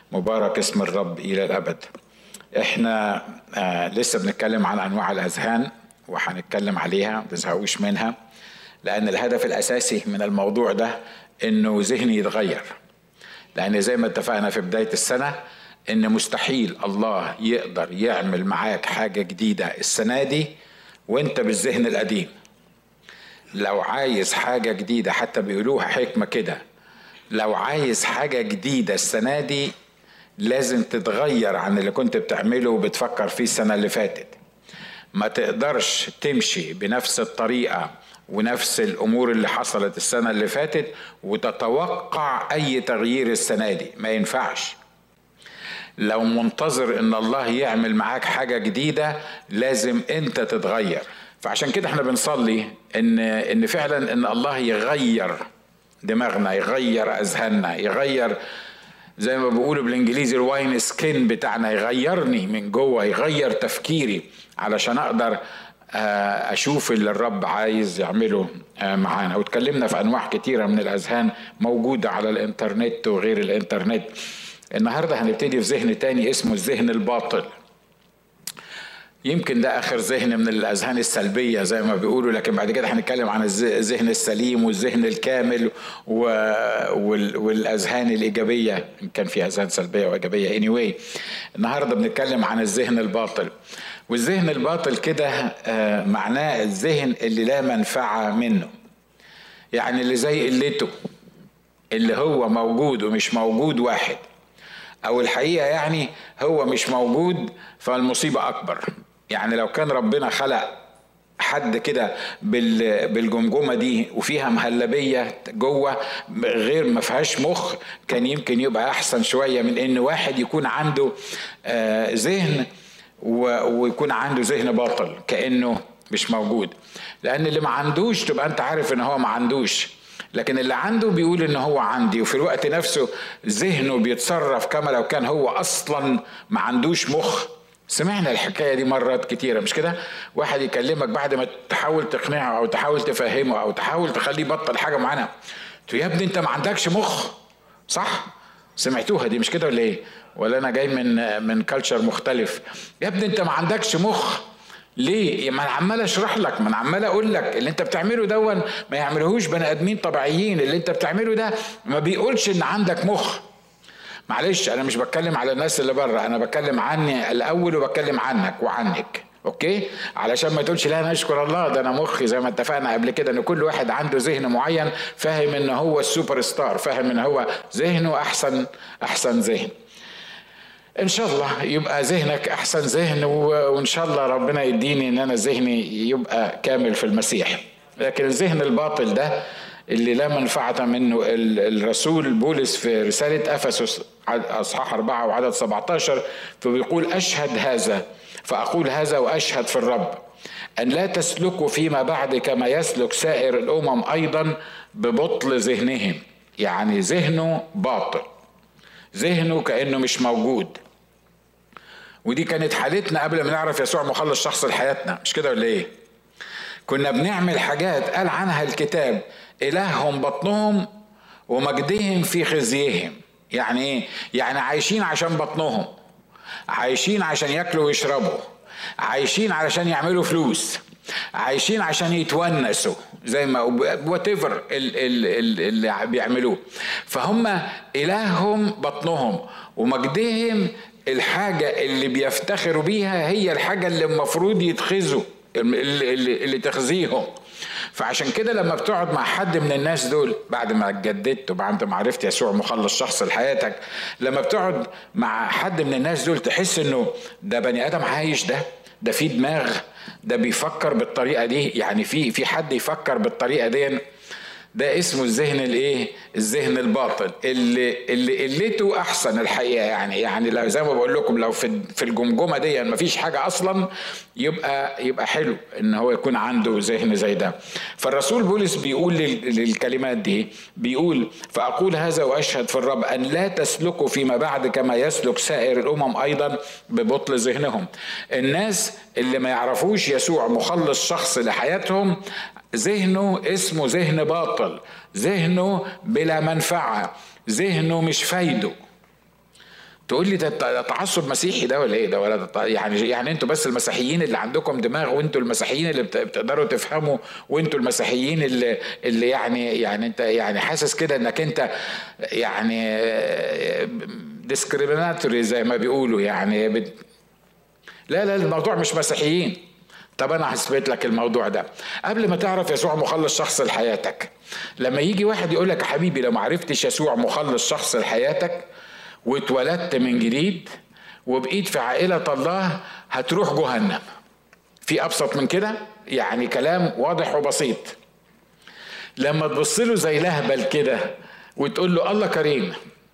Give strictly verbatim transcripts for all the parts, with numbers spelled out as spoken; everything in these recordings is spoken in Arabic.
مبارك اسم الرب إلى الأبد. احنا آه لسه بنتكلم عن أنواع الأذهان وهنتكلم عليها، متزهقوش منها، لأن الهدف الأساسي من الموضوع ده إنه ذهني يتغير. لأن زي ما اتفقنا في بداية السنة إن مستحيل الله يقدر يعمل معاك حاجة جديدة السنة دي وإنت بالذهن القديم. لو عايز حاجة جديدة، حتى بيقولوها حكمة كده، لو عايز حاجة جديدة السنة دي لازم تتغير عن اللي كنت بتعمله وبتفكر فيه السنة اللي فاتت. ما تقدرش تمشي بنفس الطريقة ونفس الأمور اللي حصلت السنة اللي فاتت وتتوقع أي تغيير السنة دي، ما ينفعش. لو منتظر إن الله يعمل معاك حاجة جديدة لازم أنت تتغير. فعشان كده احنا بنصلي إن إن فعلا إن الله يغير دماغنا، يغير أذهاننا، يغير زي ما بيقولوا بالانجليزي الواين سكين بتاعنا، يغيرني من جوه، يغير تفكيري علشان اقدر اشوف اللي الرب عايز يعمله معانا. واتكلمنا في انواع كتيرة من الاذهان موجودة على الانترنت وغير الانترنت. النهاردة هنبتدي في ذهن تاني اسمه الذهن الباطل. يمكن ده اخر ذهن من الاذهان السلبية زي ما بيقولوا، لكن بعد كده هنتكلم عن الذهن السليم والذهن الكامل والاذهان الايجابية، ان كان في اذهان سلبية وايجابية. anyway النهاردة بنتكلم عن الذهن الباطل. والذهن الباطل كده معناه الذهن اللي لا منفعة منه، يعني اللي زي قلته، اللي هو موجود ومش موجود واحد، او الحقيقة يعني هو مش موجود فالمصيبة اكبر. يعني لو كان ربنا خلق حد كده بالجمجمة دي وفيها مهلبية جوه غير ما فيهاش مخ، كان يمكن يبقى احسن شوية من ان واحد يكون عنده آه ذهن ويكون عنده ذهن باطل كأنه مش موجود. لان اللي ما عندوش تبقى انت عارف ان هو ما عندوش، لكن اللي عنده بيقول ان هو عندي، وفي الوقت نفسه ذهنه بيتصرف كما لو كان هو اصلا ما عندوش مخ. سمعنا الحكاية دي مرات كتيرة مش كده؟ واحد يكلمك بعد ما تحاول تقنعه او تحاول تفهمه او تحاول تخليه يبطل حاجة معانا، تقول يا ابني انت ما عندكش مخ، صح؟ سمعتوها دي مش كده ولا ايه؟ ولا انا جاي من من كالتشر مختلف؟ يا ابني انت ما عندكش مخ. ليه؟ ما انا عمال اشرح لك، ما انا عمال اقول لك اللي انت بتعمله دون ما يعملوهوش بني ادمين طبيعيين. اللي انت بتعمله ده ما بيقولش ان عندك مخ. معلش انا مش بتكلم على الناس اللي بره، انا بتكلم عني الاول وبتكلم عنك وعنك، اوكي؟ علشان ما تقولش لا انا اشكر الله ده انا مخي، زي ما اتفقنا قبل كده ان كل واحد عنده ذهن معين، فاهم ان هو السوبر ستار، فاهم ان هو ذهنه احسن احسن ذهن. ان شاء الله يبقى ذهنك احسن ذهن، وان شاء الله ربنا يديني ان انا ذهني يبقى كامل في المسيح. لكن الذهن الباطل ده اللي لا منفعة منه، الرسول بولس في رسالة أفسس أصحاح أربعة وعدد سبعة عشر فبيقول أشهد هذا فأقول هذا وأشهد في الرب أن لا تسلكوا فيما بعد كما يسلك سائر الأمم أيضا ببطل ذهنهم. يعني ذهنه باطل، ذهنه كأنه مش موجود. ودي كانت حالتنا قبل ما نعرف يسوع مخلص شخص لحياتنا، مش كده ولا ايه؟ كنا بنعمل حاجات قال عنها الكتاب إلههم بطنهم ومجدهم في خزيهم. يعني ايه؟ يعني عايشين عشان بطنهم، عايشين عشان ياكلوا ويشربوا، عايشين علشان يعملوا فلوس، عايشين عشان يتونسوا زي ما whatever اللي بيعملوه. فهم إلههم بطنهم ومجدهم الحاجة اللي بيفتخروا بيها هي الحاجة اللي المفروض يتخذوا، اللي, اللي, اللي تخزيهم. فعشان كده لما بتقعد مع حد من الناس دول بعد ما اتجددت وبعد ما عرفت يسوع مخلص شخص لحياتك، لما بتقعد مع حد من الناس دول تحس انه ده بني ادم عايش، ده ده في دماغ، ده بيفكر بالطريقة دي. يعني في في حد يفكر بالطريقة دي، ده اسمه الذهن الايه؟ الذهن الباطل اللي اللي قلته احسن الحقيقه. يعني يعني لو زي ما بقول لكم لو في في الجمجمه دي ما فيش حاجه اصلا، يبقى يبقى حلو ان هو يكون عنده ذهن زي ده. فالرسول بولس بيقول للكلمات دي، بيقول فاقول هذا واشهد في الرب ان لا تسلكوا فيما بعد كما يسلك سائر الامم ايضا ببطل ذهنهم. الناس اللي ما يعرفوش يسوع مخلص شخص لحياتهم ذهنه اسمه ذهن باطل، ذهنه بلا منفعة، ذهنه مش فايده. تقول لي ده تعصب مسيحي ده ولا ايه ده؟ ولا ده يعني يعني انتوا بس المسيحيين اللي عندكم دماغ، وانتوا المسيحيين اللي بتقدروا تفهموا، وانتوا المسيحيين اللي اللي يعني يعني انت يعني حاسس كده انك انت يعني ديسكريميناتوري زي ما بيقولوا يعني بت... لا لا الموضوع مش مسيحيين. طب انا هثبت لك الموضوع ده. قبل ما تعرف يسوع مخلص شخص لحياتك، لما يجي واحد يقول لك يا حبيبي لو ما عرفتش يسوع مخلص شخص لحياتك واتولدت من جديد وبقيت في عائلة الله هتروح جهنم. في ابسط من كده؟ يعني كلام واضح وبسيط. لما تبص له زي لهبل كده وتقول له الله كريم،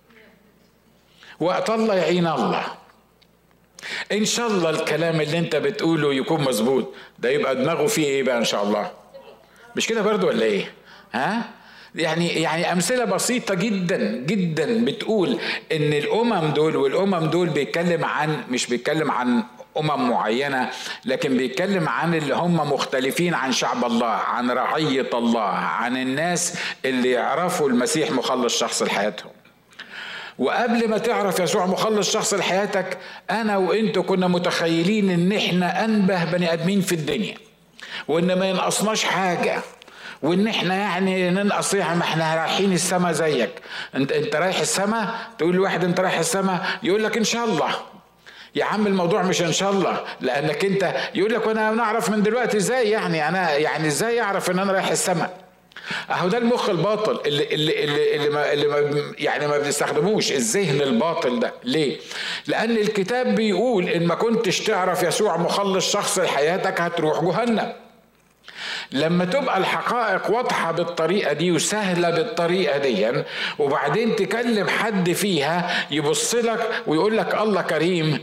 وقت الله يعين الله، ان شاء الله الكلام اللي انت بتقوله يكون مظبوط، ده يبقى دماغه فيه ايه بقى ان شاء الله؟ مش كده برضو ولا ايه؟ ها؟ يعني يعني امثله بسيطه جدا جدا بتقول ان الامم دول والامم دول بيتكلم عن، مش بيتكلم عن امم معينه، لكن بيتكلم عن اللي هم مختلفين عن شعب الله، عن رعيه الله، عن الناس اللي يعرفوا المسيح مخلص شخص لحياتهم. وقبل ما تعرف يسوع مخلص شخص لحياتك، انا وانتوا كنا متخيلين ان احنا انبه بني ادمين في الدنيا، وان ما ينقصناش حاجه، وان احنا يعني ننقص يعني ما احنا رايحين السما زيك. انت انت رايح السما، تقول لواحد انت رايح السما يقول لك ان شاء الله. يا عم الموضوع مش ان شاء الله، لانك انت يقول لك وانا نعرف من دلوقتي ازاي يعني انا يعني ازاي اعرف ان انا رايح السما؟ اهو ده المخ الباطل اللي اللي اللي, اللي, ما اللي ما يعني ما بنستخدموش، الذهن الباطل ده. ليه؟ لان الكتاب بيقول ان ما كنتش تعرف يسوع مخلص شخص لحياتك هتروح جهنم. لما تبقى الحقائق واضحة بالطريقة دي وسهلة بالطريقة دي، وبعدين تكلم حد فيها يبص لك ويقول لك الله كريم.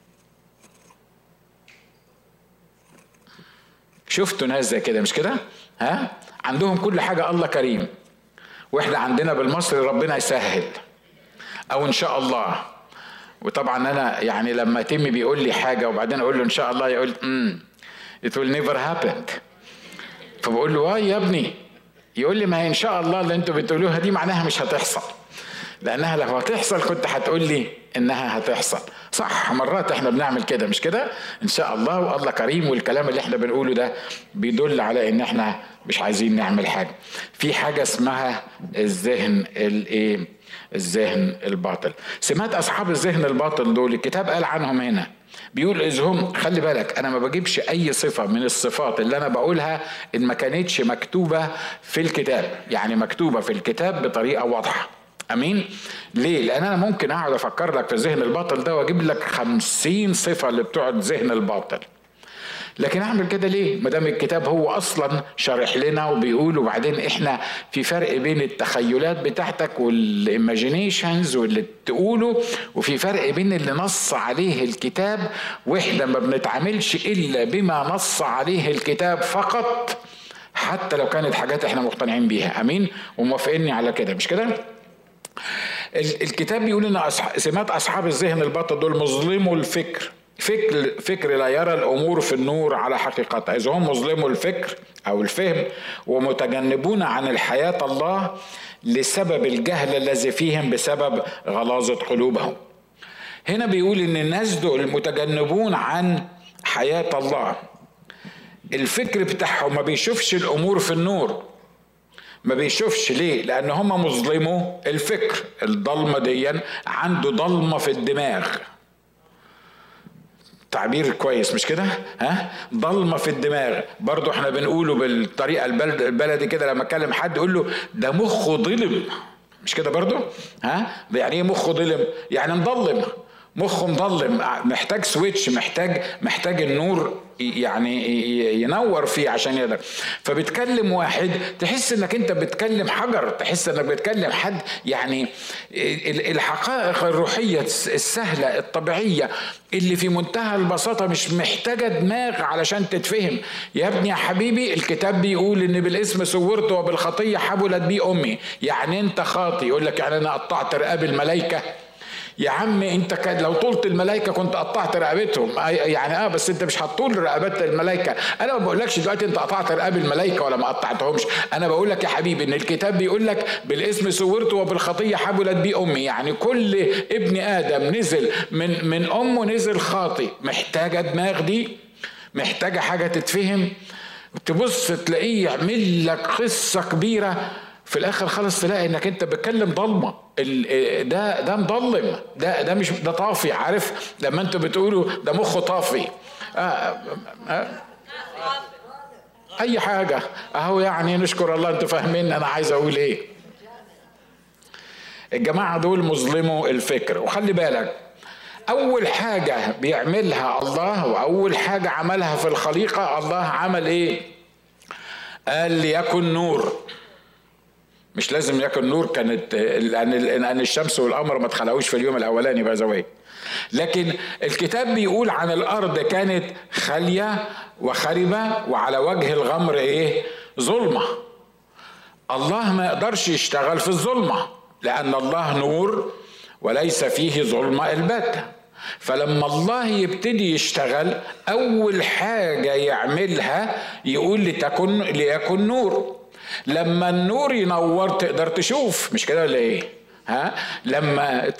شفتوا ناس زي كده مش كده؟ ها؟ عندهم كل حاجة الله كريم، واحنا عندنا بالمصري ربنا يسهل او ان شاء الله. وطبعا انا يعني لما تيمي بيقول لي حاجة وبعدين اقول له ان شاء الله، يقول امم it will never happen. فبقول له واي يا ابني؟ يقول لي ما هي ان شاء الله اللي انتوا بتقولوها دي معناها مش هتحصل، لانها لو هتحصل كنت هتقول لي انها هتحصل. صح، مرات احنا بنعمل كده مش كده؟ ان شاء الله والله كريم، والكلام اللي احنا بنقوله ده بيدل على ان احنا مش عايزين نعمل حاجة. في حاجة اسمها الذهن الايه؟ الذهن الباطل. سمات اصحاب الذهن الباطل دول الكتاب قال عنهم هنا، بيقول إذ هم، خلي بالك انا ما بجيبش اي صفة من الصفات اللي انا بقولها ان ما كانتش مكتوبة في الكتاب، يعني مكتوبة في الكتاب بطريقة واضحة. امين؟ ليه؟ لان انا ممكن اقعد افكر لك في الذهن الباطل ده واجيب لك خمسين صفة اللي بتوع الذهن الباطل، لكن اعمل كده ليه؟ ما دام الكتاب هو اصلا شارح لنا وبيقول. وبعدين احنا في فرق بين التخيلات بتاعتك والايماجينيشنز واللي تقوله، وفي فرق بين اللي نص عليه الكتاب، واحنا ما بنتعاملش الا بما نص عليه الكتاب فقط، حتى لو كانت حاجات احنا مقتنعين بيها. امين؟ وموافقيني على كده مش كده؟ الكتاب بيقول ان سمات اصحاب الذهن الباطل دول مظلموا الفكر. فكر فكر لا يرى الامور في النور على حقيقتها، اذا هم مظلموا الفكر او الفهم ومتجنبون عن الحياة الله لسبب الجهل الذي فيهم بسبب غلاظة قلوبهم. هنا بيقول ان الناس دول متجنبون عن حياة الله، الفكر بتاعهم ما بيشوفش الامور في النور، ما بيشوفش. ليه؟ لان هم مظلموا الفكر. الضلمة دي عنده ضلمة في الدماغ، تعبير كويس مش كده؟ ها؟ ضلمة في الدماغ. برضو احنا بنقوله بالطريقة البلد البلدي كده، لما اكلم حد يقول له ده مخه ظلم، مش كده برضو؟ ها؟ يعني ايه مخه ظلم؟ يعني مضلم، مخه مضلم، محتاج سويتش، محتاج محتاج النور يعني ينور فيه عشان يقدر. فبتكلم واحد تحس انك انت بتكلم حجر، تحس انك بتكلم حد. يعني الحقائق الروحية السهلة الطبيعية اللي في منتهى البساطة مش محتاجة دماغ علشان تتفهم. يا ابني يا حبيبي، الكتاب بيقول ان بالاسم صورت وبالخطية حبلت بي امي. يعني انت خاطي. يقول لك يعني انا قطعت رقاب الملائكة؟ يا عم انت كان لو طولت الملائكه كنت قطعت رقبتهم. يعني اه بس انت مش هتطول رقبات الملائكه. انا ما بقولكش دلوقتي انت قطعت رقاب الملائكه ولا ما قطعتهمش، انا بقول لك يا حبيبي ان الكتاب بيقول لك بالاسم صورت وبالخطيه حبلت بي امي. يعني كل ابن ادم نزل من من امه نزل خاطئ. محتاجه دماغ دي، محتاجه حاجه تتفهم. تبص تلاقيه يعمل لك قصه كبيره، في الاخر خالص تلاقي انك انت بتكلم ضلمه. ده ده مضلم، ده ده مش ده طافي. عارف لما انتوا بتقولوا ده مخه طافي، آه آه اي حاجه اهو. يعني نشكر الله انتوا فاهمين انا عايز اقول ايه. الجماعه دول مظلموا الفكر. وخلي بالك اول حاجه بيعملها الله واول حاجه عملها في الخليقه، الله عمل ايه؟ قال ليكن نور. مش لازم يكن نور، كانت لان الشمس والقمر ما اتخلقوش في اليوم الاولاني بقى زواج. لكن الكتاب بيقول عن الارض كانت خاليه وخربه وعلى وجه الغمر ايه؟ ظلمه. الله ما يقدرش يشتغل في الظلمه لان الله نور وليس فيه ظلمه البتة. فلما الله يبتدي يشتغل اول حاجه يعملها يقول لتكن ليكن نور. لما النور ينور تقدر تشوف، مش كده ولا ايه؟ ها لما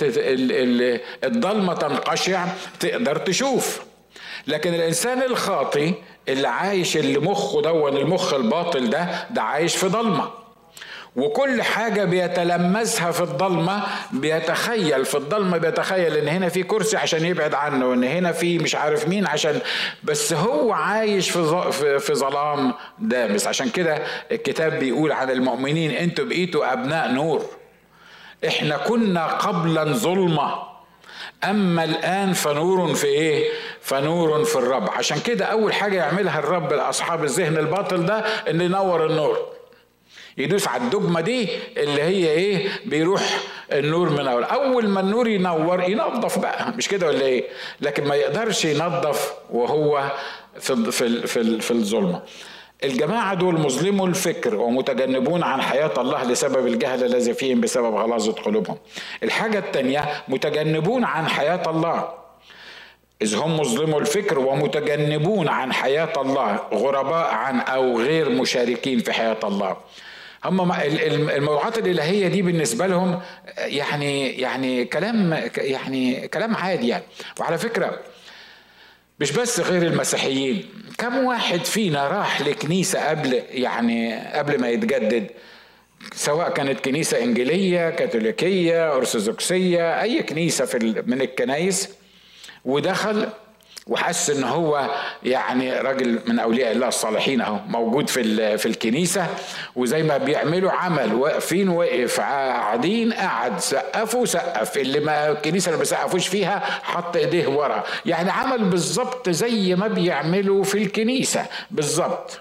الضلمه تنقشع تقدر تشوف. لكن الانسان الخاطي اللي عايش اللي مخه دون المخ الباطل ده ده عايش في ضلمه، وكل حاجة بيتلمسها في الضلمة بيتخيل في الضلمة بيتخيل ان هنا في كرسي عشان يبعد عنه، وان هنا في مش عارف مين عشان، بس هو عايش في في ظلام دامس. عشان كده الكتاب بيقول عن المؤمنين انتوا بقيتوا ابناء نور. احنا كنا قبلا ظلمة اما الان فنور في ايه؟ فنور في الرب. عشان كده اول حاجة يعملها الرب لاصحاب الذهن الباطل ده ان ينور النور، يدوس على الدجمه دي اللي هي ايه؟ بيروح النور منور. اول ما النور ينور ينظف بقى، مش كده ولا ايه؟ لكن ما يقدرش ينظف وهو في في في, في الظلمه. الجماعه دول مظلموا الفكر ومتجنبون عن حياه الله لسبب الجهل الذي فيهم بسبب غلاظه قلوبهم. الحاجه الثانيه متجنبون عن حياه الله، إذ هم مظلموا الفكر ومتجنبون عن حياه الله، غرباء عن او غير مشاركين في حياه الله. هم الموضوعات الإلهية دي بالنسبة لهم يعني يعني كلام يعني كلام عادي يعني. وعلى فكرة مش بس غير المسيحيين، كم واحد فينا راح لكنيسة قبل يعني قبل ما يتجدد، سواء كانت كنيسة إنجيلية كاثوليكية أرثوذكسية أي كنيسة في من الكنايس، ودخل وحس ان هو يعني راجل من اولياء الله الصالحين اهو موجود في في الكنيسه، وزي ما بيعملوا عمل واقفين وقف، قاعدين قعد، سقفوا سقف، اللي ما الكنيسه اللي ما سقفوش فيها حط ايديه ورا، يعني عمل بالظبط زي ما بيعملوا في الكنيسه بالظبط.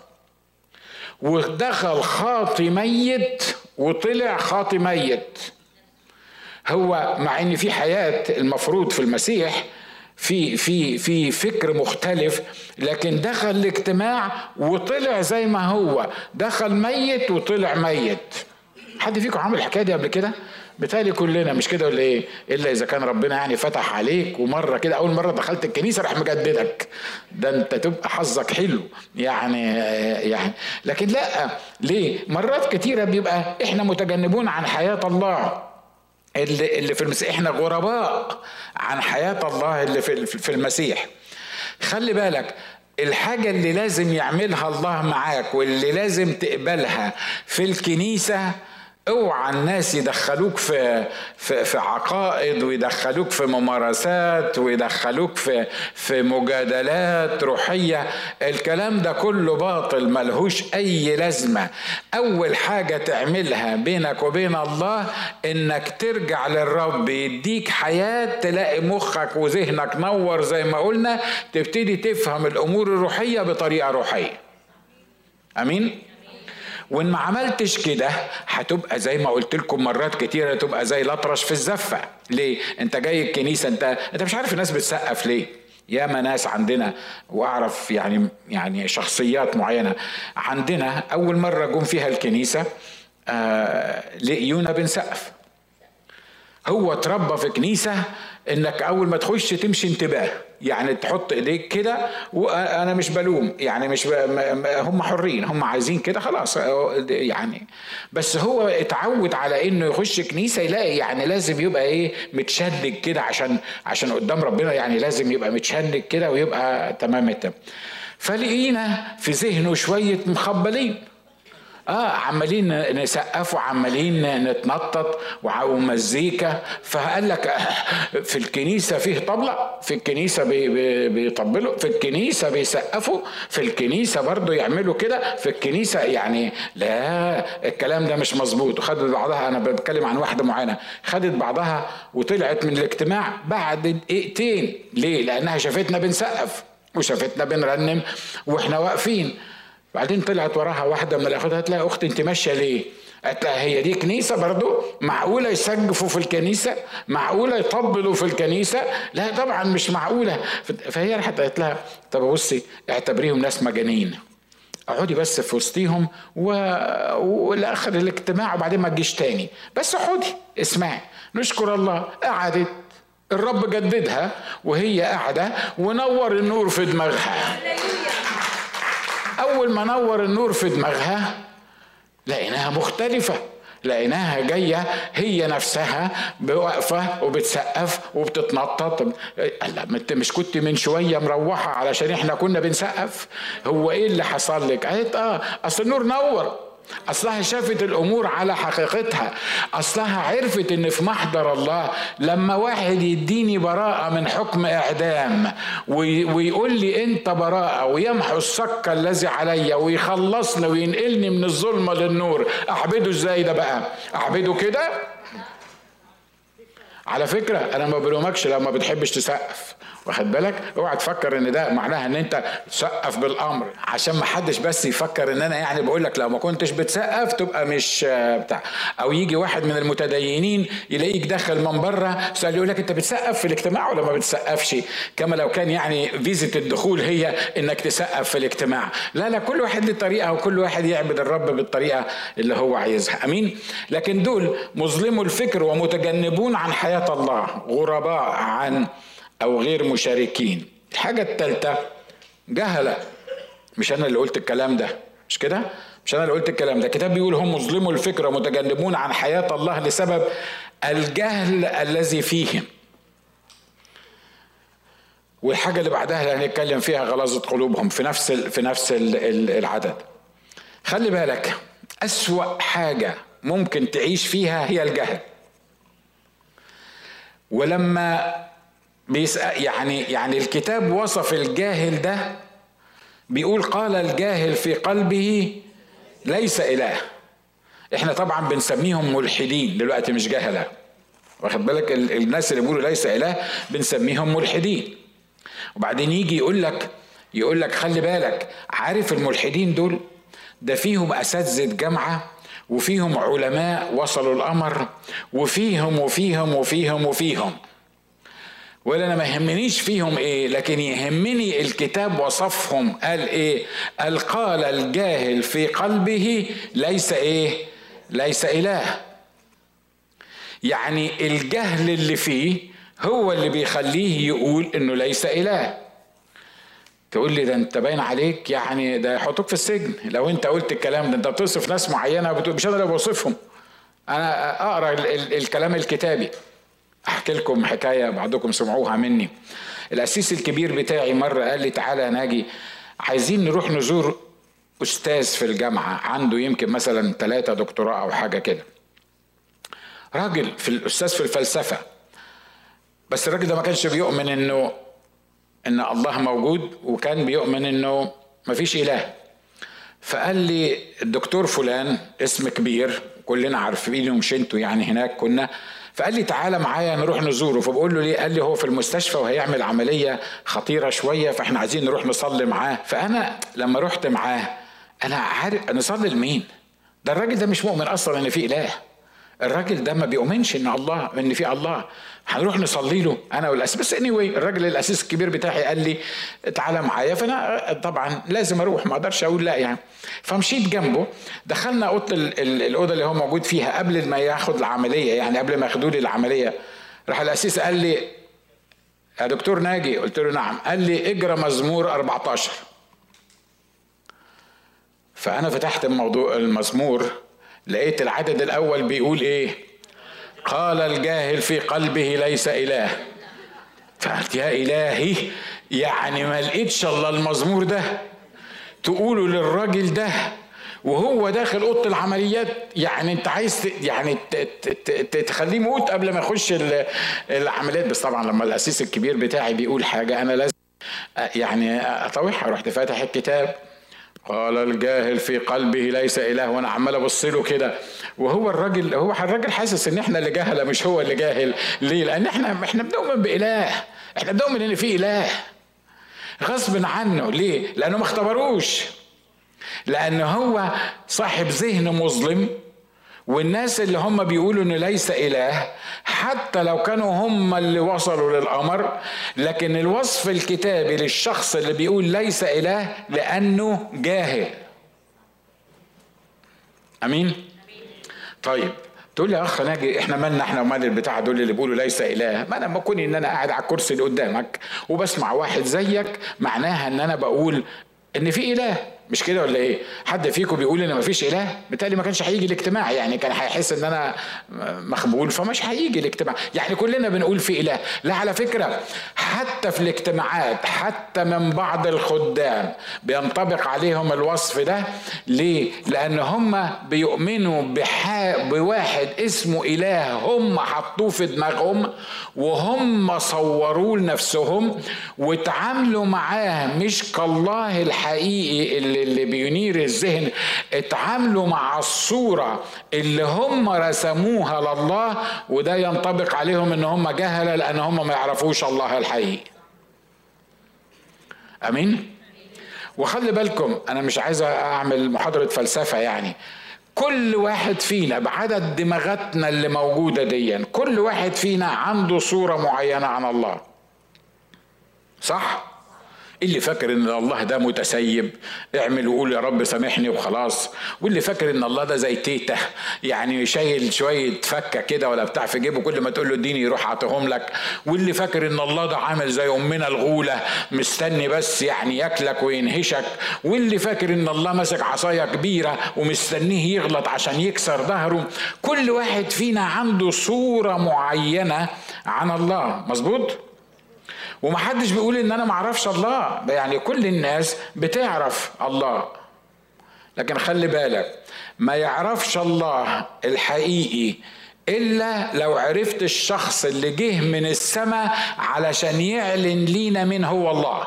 ودخل خاطي ميت وطلع خاطي ميت. هو مع ان في حياه المفروض في المسيح في في في فكر مختلف، لكن دخل الاجتماع وطلع زي ما هو، دخل ميت وطلع ميت. حد فيكم عمل الحكايه دي قبل كده؟ بتالي كلنا، مش كده ولا ايه؟ الا اذا كان ربنا يعني فتح عليك ومره كده اول مره دخلت الكنيسه راح مجددك، ده انت تبقى حظك حلو يعني يعني لكن لا، ليه؟ مرات كتيره بيبقى احنا متجنبون عن حياه الله اللي اللي في المسيح، احنا غرباء عن حياة الله اللي في في المسيح. خلي بالك الحاجة اللي لازم يعملها الله معاك واللي لازم تقبلها في الكنيسة، اوعى الناس يدخلوك في في في عقائد ويدخلوك في ممارسات ويدخلوك في في مجادلات روحيه. الكلام ده كله باطل ملهوش اي لازمه. اول حاجه تعملها بينك وبين الله انك ترجع للرب يديك حياه، تلاقي مخك وذهنك نور زي ما قلنا، تبتدي تفهم الامور الروحيه بطريقه روحيه. امين. وان ما عملتش كده هتبقى زي ما قلت لكم مرات كتيره، تبقى زي الاطرش في الزفه. ليه؟ انت جاي الكنيسه انت انت مش عارف الناس بتسقف ليه. ياما ناس عندنا واعرف يعني يعني شخصيات معينه عندنا اول مره جم فيها الكنيسه آه لقيونا بنسقف، هو اتربى في كنيسة انك اول ما تخش تمشي انتباه، يعني تحط ايديك كده، وانا مش بلوم يعني، مش ب... هم حرين، هم عايزين كده خلاص يعني. بس هو اتعود على انه يخش كنيسة يلاقي يعني لازم يبقى ايه متشدد كده عشان عشان قدام ربنا، يعني لازم يبقى متشدد كده ويبقى تمام التمام. فلقينا في ذهنه شوية مخبلين، اه عمالين نسقف وعمالين نتنطط ومزيكا. فقال لك في الكنيسة فيه طبلة، في الكنيسة بي بي بيطبلوا، في الكنيسة بيسقفوا، في الكنيسة برضو يعملوا كده، في الكنيسة يعني لا الكلام ده مش مظبوط. وخدت بعضها، انا بتكلم عن واحدة معينة، خدت بعضها وطلعت من الاجتماع بعد دقيقتين. ليه؟ لانها شافتنا بنسقف وشافتنا بنرنم واحنا واقفين. بعدين طلعت وراها واحدة من الأخوات، قالت لها أختي أنت ماشية ليه؟ قالت لها هي دي كنيسة برضو؟ معقولة يسقفوا في الكنيسة؟ معقولة يطبلوا في الكنيسة؟ لا طبعا مش معقولة. فهي راحت قالت لها طب بصي اعتبريهم ناس مجانين، اقعدي بس في وسطيهم و... ولاخر الاجتماع وبعدين ما تجيش تاني، بس اقعدي اسمعي. نشكر الله قعدت، الرب جددها وهي قاعدة ونور النور في دماغها. أول ما نور النور في دماغها لقيناها مختلفة، لقيناها جاية هي نفسها بوقفة وبتسقف وبتتنطط. قال انت مش كنت من شوية مروحة علشان احنا كنا بنسقف؟ هو ايه اللي حصل لك؟ قالت اه اصل النور نور، اصلها شافت الامور على حقيقتها، اصلها عرفت ان في محضر الله لما واحد يديني براءة من حكم اعدام ويقول لي انت براءة ويمحو الصك الذي علي ويخلصني وينقلني من الظلمة للنور، اعبده ازاي ده بقى؟ اعبده كده؟ على فكرة انا ما بلومكش لو ما بتحبش تسقف، واخد بالك؟ اوعى تفكر ان ده معناها ان انت تسقف بالامر، عشان ما حدش بس يفكر ان انا يعني بقول لك لو ما كنتش بتسقف تبقى مش بتاع. او يجي واحد من المتدينين يلاقيك داخل من بره سؤال يقول لك انت بتسقف في الاجتماع ولا ما بتسقفش؟ كما لو كان يعني فيزة الدخول هي انك تسقف في الاجتماع. لا لا، كل واحد له طريقه وكل واحد يعبد الرب بالطريقه اللي هو عايزها. امين. لكن دول مظلموا الفكر ومتجنبون عن حياه الله، غرباء عن او غير مشاركين. الحاجة الثالثة جهلة. مش انا اللي قلت الكلام ده، مش كده؟ مش انا اللي قلت الكلام ده، الكتاب بيقول هم مظلموا الفكر ومتجنبون عن حياة الله لسبب الجهل الذي فيهم. والحاجة اللي بعدها اللي هنتكلم فيها غلاظة قلوبهم في نفس في نفس العدد. خلي بالك أسوأ حاجة ممكن تعيش فيها هي الجهل. ولما بيسأل يعني يعني الكتاب وصف الجاهل ده بيقول قال الجاهل في قلبه ليس إله. احنا طبعا بنسميهم ملحدين دلوقتي مش جهلة، واخد بالك؟ الناس اللي بيقولوا ليس إله بنسميهم ملحدين. وبعدين يجي يقول لك يقول لك خلي بالك، عارف الملحدين دول ده فيهم أساتذة جامعة وفيهم علماء وصلوا الأمر وفيهم وفيهم وفيهم وفيهم ولا انا ما يهمنيش فيهم ايه، لكن يهمني الكتاب وصفهم. قال ايه؟ قال قال الجاهل في قلبه ليس ايه؟ ليس اله. يعني الجهل اللي فيه هو اللي بيخليه يقول انه ليس اله. تقول لي ده انت باين عليك يعني ده يحطوك في السجن لو انت قلت الكلام ده، انت بتوصف ناس معينه وبتقول مش انا اللي بوصفهم، انا اقرا ال ال الكلام الكتابي. احكي لكم حكايه بعضكم سمعوها مني. القسيس الكبير بتاعي مره قال لي تعالى يا ناجي عايزين نروح نزور استاذ في الجامعه عنده يمكن مثلا ثلاثة دكتوراه او حاجه كده، راجل في الاستاذ في الفلسفه، بس الراجل ده ما كانش بيؤمن انه ان الله موجود، وكان بيؤمن انه ما فيش اله. فقال لي الدكتور فلان اسم كبير كلنا عارفينه مش انتوا يعني هناك كنا، فقال لي تعالى معايا نروح نزوره. فبقول له ليه؟ قال لي هو في المستشفى وهيعمل عملية خطيرة شوية فاحنا عايزين نروح نصلي معاه. فأنا لما رحت معاه أنا عارف نصلي لمين؟ ده الراجل ده مش مؤمن أصلا إن في إله. الراجل ده ما بيؤمنش ان الله ان في الله. هنروح نصلي له انا والاسيس. بس اني anyway الراجل الاسيس الكبير بتاعي قال لي تعالى معايا، فانا طبعا لازم اروح، ما اقدرش اقول لا يعني. فمشيت جنبه، دخلنا اوضه الاوضه اللي هو موجود فيها قبل ما ياخد العمليه، يعني قبل ما ياخدوا لي العمليه. راح الاسيس قال لي يا دكتور ناجي، قلت له نعم. قال لي اجرى مزمور أربعتاشر. فانا فتحت الموضوع المزمور، لقيت العدد الاول بيقول ايه؟ قال الجاهل في قلبه ليس اله. فقلت يا الهي، يعني ما لقيتش الله المزمور ده تقوله للراجل ده وهو داخل اوضه العمليات؟ يعني انت عايز يعني تخليه موت قبل ما يخش العمليات. بس طبعا لما الاسيس الكبير بتاعي بيقول حاجه انا لازم يعني اطوعها. رحت فاتح الكتاب، قال الجاهل في قلبه ليس اله، وانا عمال ابص له كده، وهو الراجل هو الراجل حاسس ان احنا اللي جاهله مش هو اللي جاهل. ليه؟ لان احنا احنا بنؤمن باله، احنا بنؤمن ان في اله غصب عنه. ليه؟ لانه ما اختبروش، لانه هو صاحب ذهن مظلم. والناس اللي هم بيقولوا انه ليس اله، حتى لو كانوا هم اللي وصلوا للامر، لكن الوصف الكتابي للشخص اللي بيقول ليس اله لانه جاهل. امين. طيب تقول لي يا اخ ناجي احنا مالنا احنا ومال البتاع دول اللي بيقولوا ليس اله؟ ما انا ما كوني ان انا قاعد على الكرسي اللي قدامك وبسمع واحد زيك معناها ان انا بقول ان في اله، مش كده ولا ايه؟ حد فيكم بيقول ان مفيش اله؟ بالتالي ما كانش هيجي الاجتماع، يعني كان هيحس ان انا مخبول فمش هيجي الاجتماع. يعني كلنا بنقول في اله. لا على فكره، حتى في الاجتماعات حتى من بعض الخدام بينطبق عليهم الوصف ده. ليه؟ لان هم بيؤمنوا بواحد اسمه اله هم حطوه في دماغهم وهم صوروه لنفسهم واتعاملوا معاه مش كالله الحقيقي اللي, اللي بينير الذهن، اتعاملوا مع الصورة اللي هم رسموها لله، وده ينطبق عليهم ان هم جهلة لان هم ما يعرفوش الله الحقيقي. امين. وخلي بالكم انا مش عايز اعمل محاضرة فلسفة، يعني كل واحد فينا بعدد دماغاتنا اللي موجودة دي، كل واحد فينا عنده صورة معينة عن الله، صح؟ اللي فاكر ان الله ده متسيب اعمل وقول يا رب سامحني وخلاص، واللي فاكر ان الله ده زي تيته يعني شايل شويه فكه كده ولا بتاع في جيبه كل ما تقول له اديني يروح عطيهم لك، واللي فاكر ان الله ده عامل زي امنا الغوله مستني بس يعني ياكلك وينهشك، واللي فاكر ان الله ماسك عصايه كبيره ومستنيه يغلط عشان يكسر ظهره. كل واحد فينا عنده صوره معينه عن الله، مظبوط؟ ومحدش بيقول ان انا معرفش الله، يعني كل الناس بتعرف الله، لكن خلي بالك ما يعرفش الله الحقيقي الا لو عرفت الشخص اللي جه من السماء علشان يعلن لينا من هو الله.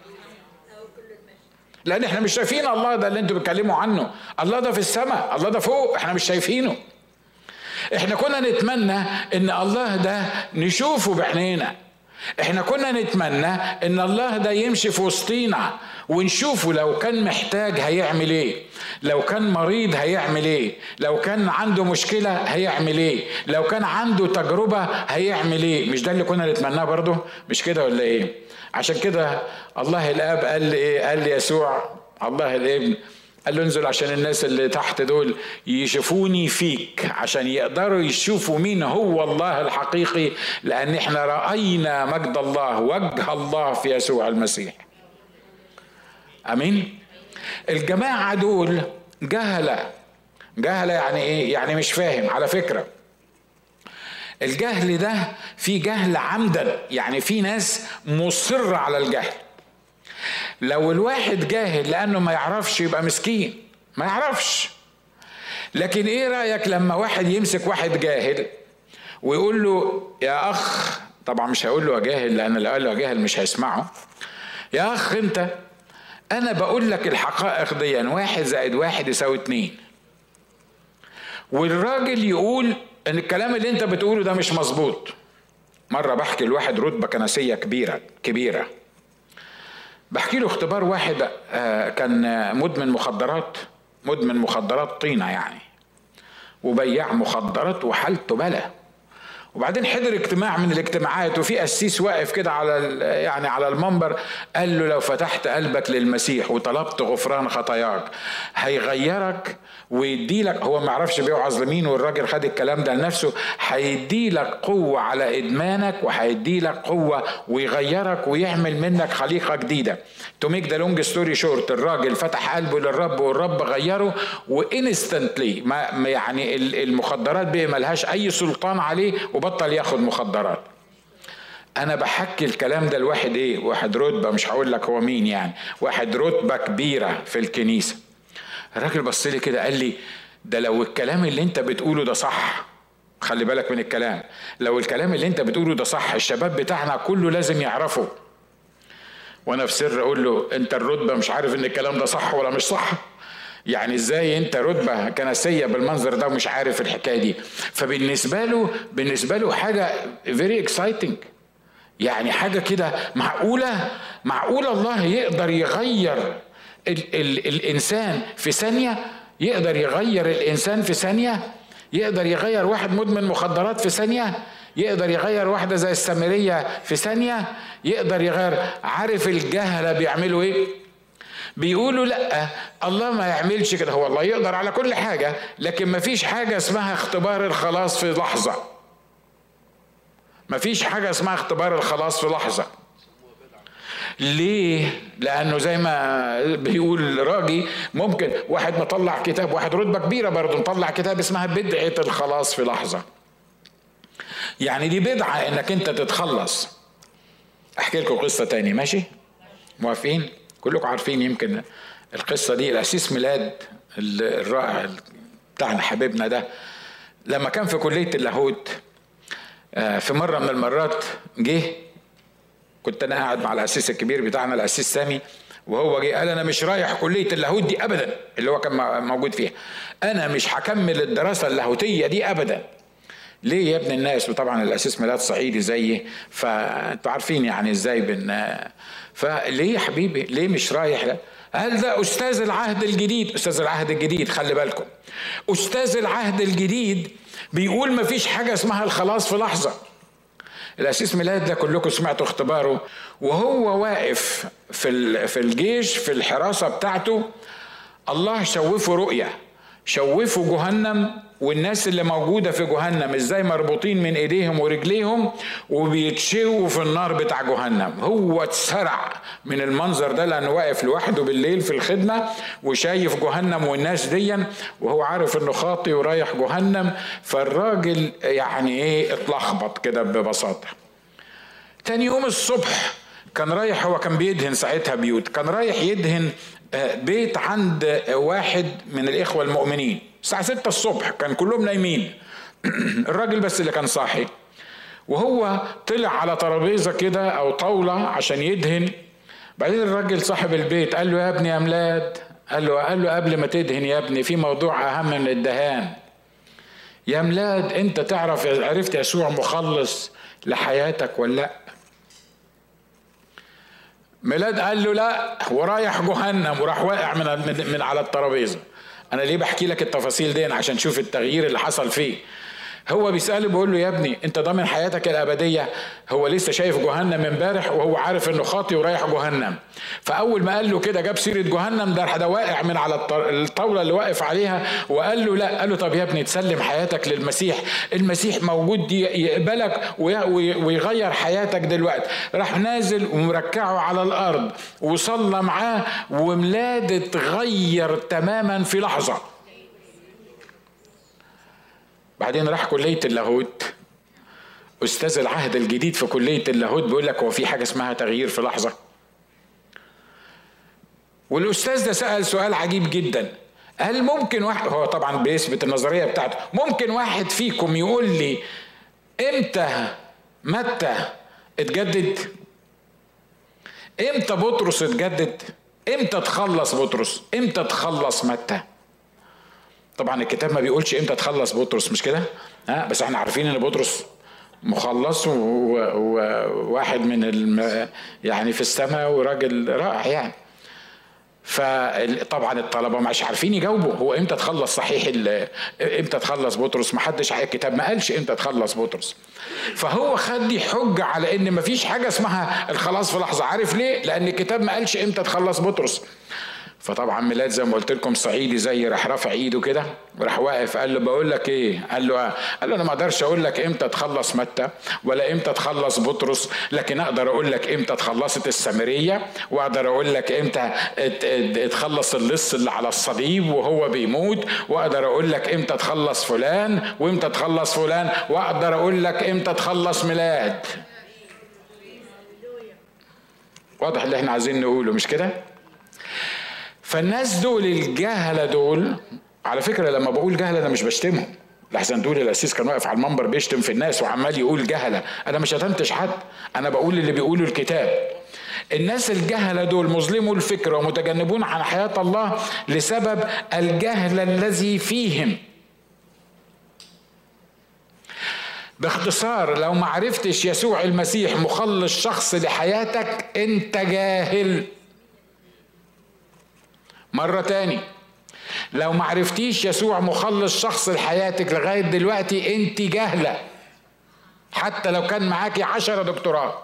لان احنا مش شايفين الله ده اللي انتوا بتكلموا عنه، الله ده في السماء، الله ده فوق، احنا مش شايفينه. احنا كنا نتمنى ان الله ده نشوفه بعينينا، احنا كنا نتمنى ان الله ده يمشي في وسطينا ونشوفه لو كان محتاج هيعمل ايه، لو كان مريض هيعمل ايه، لو كان عنده مشكلة هيعمل ايه، لو كان عنده تجربة هيعمل ايه. مش ده اللي كنا نتمناه برضه؟ مش كده ولا ايه؟ عشان كده الله الاب قال لي ايه؟ قال لي يسوع الله الابن قال له انزل عشان الناس اللي تحت دول يشوفوني فيك، عشان يقدروا يشوفوا مين هو الله الحقيقي، لان احنا رأينا مجد الله وجه الله في يسوع المسيح. امين. الجماعة دول جهلة. جهلة يعني ايه؟ يعني مش فاهم. على فكرة الجهل ده في جهل عمدا، يعني في ناس مصرة على الجهل. لو الواحد جاهل لأنه ما يعرفش يبقى مسكين، ما يعرفش. لكن ايه رأيك لما واحد يمسك واحد جاهل ويقول له يا أخ، طبعا مش هيقول له يا جاهل لأن اللي قال له يا جاهل مش هيسمعه، يا أخ أنت أنا بقول لك الحقائق دي، واحد زائد واحد يساوي اتنين، والراجل يقول ان الكلام اللي انت بتقوله ده مش مظبوط. مرة بحكي لواحد رتبة كنسية كبيرة كبيرة، بحكي له اختبار واحد كان مدمن مخدرات، مدمن مخدرات طينة يعني، وبياع مخدرات وحالته بلا. وبعدين حضر اجتماع من الاجتماعات وفي قسيس واقف كده على يعني على المنبر، قال له لو فتحت قلبك للمسيح وطلبت غفران خطاياك هيغيرك ويديلك، هو ما عرفش بيوعظ لمين والراجل خد الكلام ده لنفسه، هيديلك قوة على إدمانك وهيديلك قوة ويغيرك ويعمل منك خليقة جديدة. تو ميك ذا لونج ستوري شورت، الراجل فتح قلبه للرب والرب غيره وانستنتلي ما يعني المخدرات بقى ملهاش أي سلطان عليه وبطل ياخد مخدرات. أنا بحكي الكلام ده لواحد إيه؟ واحد رتبة، مش هقول لك هو مين يعني، واحد رتبة كبيرة في الكنيسة. الراجل بص لي كده قال لي ده لو الكلام اللي انت بتقوله ده صح، خلي بالك من الكلام، لو الكلام اللي انت بتقوله ده صح الشباب بتاعنا كله لازم يعرفه. وانا في سر اقول له انت الرتبة مش عارف ان الكلام ده صح ولا مش صح؟ يعني ازاي انت رتبة كنسية بالمنظر ده ومش عارف الحكاية دي؟ فبالنسبة له بالنسبة له حاجة very exciting، يعني حاجة كده معقولة معقولة الله يقدر يغير ال ال الإنسان في ثانية، يقدر يغير الإنسان في ثانية، يقدر يغير واحد مدمن مخدرات في ثانية، يقدر يغير واحدة زي السامرية في ثانية، يقدر يغير. عارف الجهلة بيعملوا ايه؟ بيقولوا لا الله ما يعملش كده، هو الله يقدر على كل حاجة، لكن ما فيش حاجة اسمها اختبار الخلاص في لحظة. ما فيش حاجة اسمها اختبار الخلاص في لحظة. ليه؟ لأنه زي ما بيقول راجي ممكن واحد مطلع كتاب، واحد رتبة كبيرة برضه مطلع كتاب اسمها بدعة الخلاص في لحظة. يعني دي بدعة انك انت تتخلص. احكي لكم قصة تاني، ماشي؟ موافقين؟ كلكم عارفين يمكن القصة دي. القسيس ميلاد الرائع بتاعنا حبيبنا ده لما كان في كلية اللاهوت في مرة من المرات جه، كنت انا قاعد مع القسيس الكبير بتاعنا القسيس سامي، وهو جه قال انا مش رايح كليه اللاهوت دي ابدا اللي هو كان موجود فيها، انا مش هكمل الدراسه اللاهوتيه دي ابدا. ليه يا ابن الناس؟ وطبعا القسيس ميلاد صعيدي زيي فانتوا عارفين يعني ازاي بن فليه يا حبيبي ليه مش رايح؟ لا قال ده استاذ العهد الجديد. استاذ العهد الجديد خلي بالكم، استاذ العهد الجديد بيقول ما فيش حاجه اسمها الخلاص في لحظه. القسيس ميلاد ده كلكم سمعتوا اختباره وهو واقف في في الجيش في الحراسة بتاعته، الله شوفه رؤية، شوفه جهنم والناس اللي موجودة في جهنم ازاي مربوطين من ايديهم ورجليهم وبيتشووا في النار بتاع جهنم. هو اتسرع من المنظر ده لانه واقف لوحده بالليل في الخدمة وشايف جهنم والناس ديا وهو عارف انه خاطي ورايح جهنم. فالراجل يعني ايه اتلخبط كده ببساطة. تاني يوم الصبح كان رايح، هو كان بيدهن ساعتها بيوت، كان رايح يدهن بيت عند واحد من الإخوة المؤمنين الساعة ستة الصبح، كان كلهم نايمين الراجل بس اللي كان صاحي. وهو طلع على ترابيزة كده أو طاولة عشان يدهن. بعدين الراجل صاحب البيت قال له يا ابني يا ميلاد، قال له قال له قبل ما تدهن يا ابني في موضوع أهم من الدهان. يا ميلاد أنت تعرف عرفت يسوع مخلص لحياتك ولا لأ؟ ميلاد قال له لا ورايح جهنم، وراح واقع من من على الترابيزه. انا ليه بحكي لك التفاصيل دي؟ عشان تشوف التغيير اللي حصل فيه. هو بيسأله بيقول له يا ابني انت ضامن حياتك الابديه؟ هو لسه شايف جهنم امبارح وهو عارف انه خاطي ورايح جهنم. فاول ما قال له كده جاب سيره جهنم، ده ده واقع من على الطاوله اللي واقف عليها وقال له لا. قال له طب يا ابني تسلم حياتك للمسيح، المسيح موجود دي يقبلك ويغير حياتك دلوقتي. راح نازل ومركعه على الارض وصلى معاه، وميلاد اتغير تماما في لحظه. بعدين راح كلية اللاهوت، أستاذ العهد الجديد في كلية اللاهوت بيقول لك هو في حاجة اسمها تغيير في لحظة؟ والأستاذ ده سأل سؤال عجيب جدا، قال ممكن واحد، هو طبعا بيثبت النظرية بتاعته، ممكن واحد فيكم يقول لي امتى متى اتجدد؟ امتى بطرس اتجدد؟ امتى تخلص بطرس؟ امتى تخلص متى؟ طبعا الكتاب ما بيقولش امتى تخلص بطرس، مش كده؟ ها بس احنا عارفين ان بطرس مخلص وواحد من الم... يعني في السماء وراجل رائع يعني. فطبعا الطلبه مش عارفين يجاوبوا هو امتى تخلص صحيح، امتى تخلص بطرس، ما حدش الكتاب ما قالش امتى تخلص بطرس. فهو خد دي حجه على ان ما فيش حاجه اسمها الخلاص في لحظه. عارف ليه؟ لان الكتاب ما قالش امتى تخلص بطرس. فطبعا ميلاد زي ما قلت لكم صعيدي زي، راح رافع ايده كده وراح واقف قال له بقول لك ايه؟ قال له قال له انا ما اقدرش اقول لك امتى تخلص متى ولا امتى تخلص بطرس، لكن اقدر اقول لك امتى تخلصت السامريه، واقدر اقول لك امتى تخلص اللص اللي على الصليب وهو بيموت، واقدر اقول لك امتى تخلص فلان وامتى تخلص فلان، واقدر اقول لك امتى تخلص ميلاد. واضح اللي احنا عايزين نقوله مش كده؟ فالناس دول الجهله دول، على فكره لما بقول جهله انا مش بشتمهم، لحسن دول القسيس كان واقف على المنبر بيشتم في الناس وعمال يقول جهله، انا مش شتمتش حد، انا بقول اللي بيقوله الكتاب. الناس الجهله دول مظلموا الفكر ومتجنبون عن حياه الله لسبب الجهل الذي فيهم. باختصار لو ما عرفتش يسوع المسيح مخلص شخص لحياتك انت جاهل. مرة تاني، لو ما عرفتيش يسوع مخلص شخص لحياتك لغاية دلوقتي انت جاهلة، حتى لو كان معاكي عشرة دكتوراه.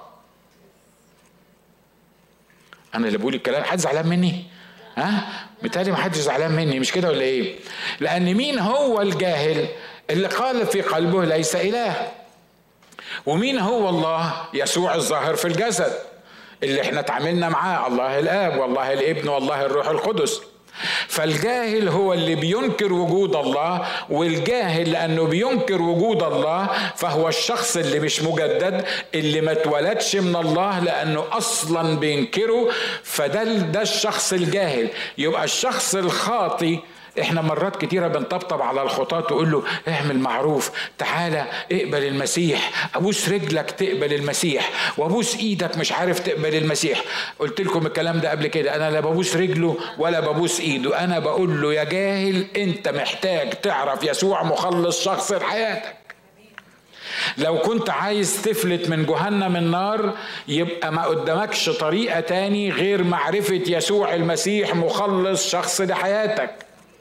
انا اللي بقول الكلام، حد زعلان مني؟ ها؟ بالتالي ما حدش زعلان مني مش كده ولا ايه؟ لان مين هو الجاهل؟ اللي قال في قلبه ليس اله. ومين هو الله؟ يسوع الظاهر في الجسد اللي احنا اتعاملنا معاه، الله الاب والله الابن والله الروح القدس. فالجاهل هو اللي بينكر وجود الله، والجاهل لانه بينكر وجود الله فهو الشخص اللي مش مجدد، اللي ما اتولدش من الله لانه اصلا بينكره، فده ده الشخص الجاهل. يبقى الشخص الخاطي احنا مرات كتيرة بنطبطب على الخطاة تقول له اعمل معروف، تعالى اقبل المسيح، ابوس رجلك تقبل المسيح، وابوس ايدك مش عارف تقبل المسيح. قلت لكم الكلام ده قبل كده، انا لا ببوس رجله ولا ببوس ايده، انا بقول له يا جاهل انت محتاج تعرف يسوع مخلص شخص لحياتك. لو كنت عايز تفلت من جهنم النار يبقى ما قدامكش طريقة تاني غير معرفة يسوع المسيح مخلص شخص لحياتك.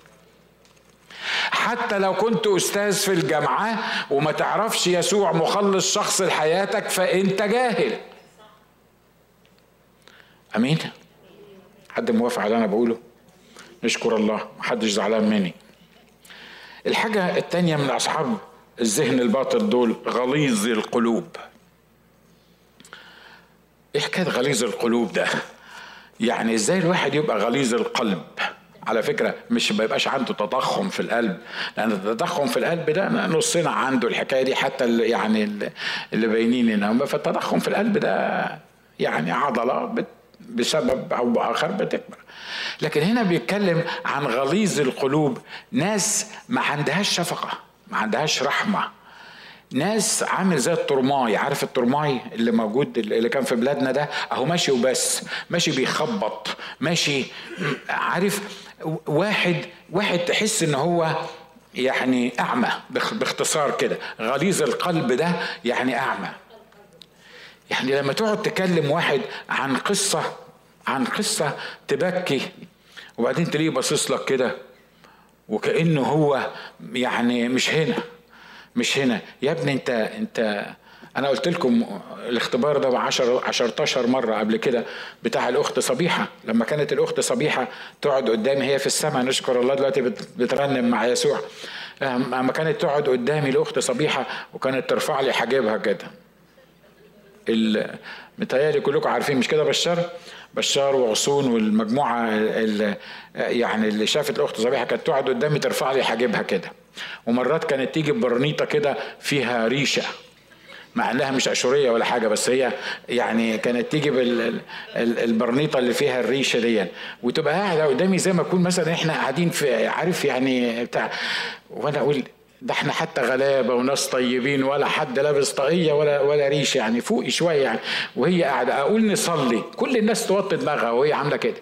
حتى لو كنت أستاذ في الجامعة وما تعرفش يسوع مخلص شخص لحياتك فأنت جاهل. أمين؟ حد موافق على اللي أنا بقوله؟ نشكر الله، محدش زعلان مني. الحاجة التانية من أصحاب الذهن الباطل دول غليظ القلوب. إيه حكاية غليظ القلوب ده؟ يعني إزاي الواحد يبقى غليظ القلب؟ على فكرة مش ما يبقاش عنده تضخم في القلب، لأن التضخم في القلب ده نصنا عنده الحكاية دي، حتى اللي يعني اللي باينين هنا. فالتضخم في القلب ده يعني عضلة بسبب أو بآخر بتكبر. لكن هنا بيتكلم عن غليظ القلوب، ناس ما عندهاش شفقة، ما عندهاش رحمة، ناس عامل زي الترماي. عارف الترماي اللي موجود اللي كان في بلادنا ده؟ اهو ماشي وبس، ماشي بيخبط، ماشي عارف، واحد واحد تحس ان هو يعني اعمى. باختصار كده غليظ القلب ده يعني اعمى. يعني لما تقعد تكلم واحد عن قصة عن قصة تبكي، وبعدين تلاقيه باصص لك كده وكأنه هو يعني مش هنا مش هنا. يا ابني انت انت انا قلت لكم الاختبار ده عشر عشرتاشر مرة قبل كده بتاع الاخت صبيحة. لما كانت الاخت صبيحة تقعد قدامي، هي في السماء نشكر الله دلوقتي بترنم مع يسوع، لما كانت تقعد قدامي الاخت صبيحة وكانت ترفع لي حاجبها كده. متهيألي كلكم عارفين مش كده؟ بشار بشار وعصون والمجموعة اللي يعني اللي شافت الاخت صبيحة كانت تقعد قدامي ترفع لي حاجبها كده. ومرات كانت تيجي ببرنيطة كده فيها ريشة، مع انها مش اشورية ولا حاجة، بس هي يعني كانت تيجي بالبرنيطة اللي فيها الريشة دي وتبقى قاعدة قدامي زي ما يكون مثلا احنا قاعدين في عارف يعني بتاع، وانا اقول ده احنا حتى غلابة وناس طيبين ولا حد لابس طاقية ولا ولا ريش يعني فوقي شوية يعني، وهي قاعدة. اقول نصلي كل الناس توطي دماغها وهي عاملة كده.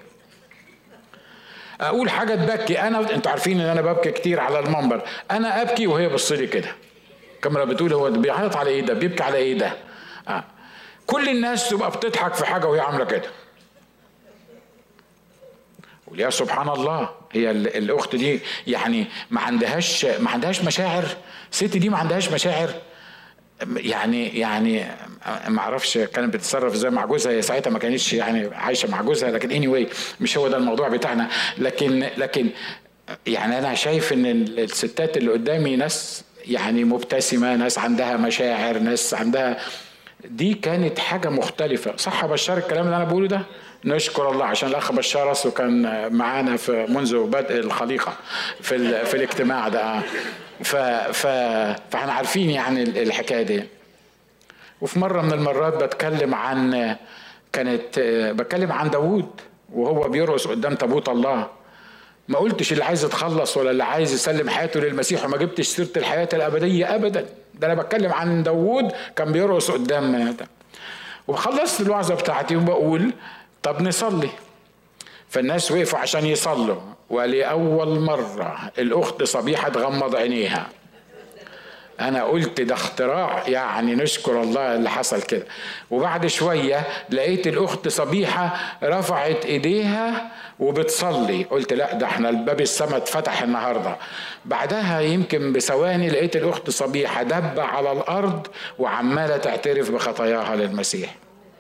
اقول حاجة تبكي، انا انتوا عارفين ان انا ببكي كتير على المنبر، انا ابكي وهي بصلي كده. الكاميرا بتقول هو بيعيط على ايه ده؟ بيبكي على ايه ده؟ آه. كل الناس تبقى بتضحك في حاجة وهي عاملة كده. يا سبحان الله، هي الاخت دي يعني ما عندهاش ما عندهاش مشاعر؟ الست دي ما عندهاش مشاعر يعني يعني ما اعرفش كانت بتتصرف ازاي مع جوزها. هي ساعتها ما كانتش يعني عايشه مع جوزها، لكن اني anyway مش هو ده الموضوع بتاعنا. لكن لكن يعني انا شايف ان الستات اللي قدامي ناس يعني مبتسمه، ناس عندها مشاعر، ناس عندها، دي كانت حاجه مختلفه. صح يا بشار الكلام اللي انا بقوله ده؟ نشكر الله عشان الاخ بشار اصله كان معانا في منذ بدء الخليقه في في الاجتماع ده. ف ف فاحنا عارفين يعني الحكايه دي. وفي مره من المرات بتكلم عن كانت بتكلم عن داوود وهو بيرقص قدام تابوت الله. ما قلتش اللي عايز يتخلص ولا اللي عايز يسلم حياته للمسيح، وما جبتش سيره الحياه الابديه ابدا. ده انا بتكلم عن داوود كان بيرقص قدام ده. وخلصت الوعظه بتاعتي وبقول طب نصلي. فالناس وقفوا عشان يصلوا، ولأول مرة الأخت صبيحة تغمض عينيها. أنا قلت ده اختراع، يعني نشكر الله اللي حصل كده. وبعد شوية لقيت الأخت صبيحة رفعت إيديها وبتصلي. قلت لا، ده احنا الباب السما اتفتح النهاردة. بعدها يمكن بثواني لقيت الأخت صبيحة دب على الأرض وعمالة تعترف بخطاياها للمسيح.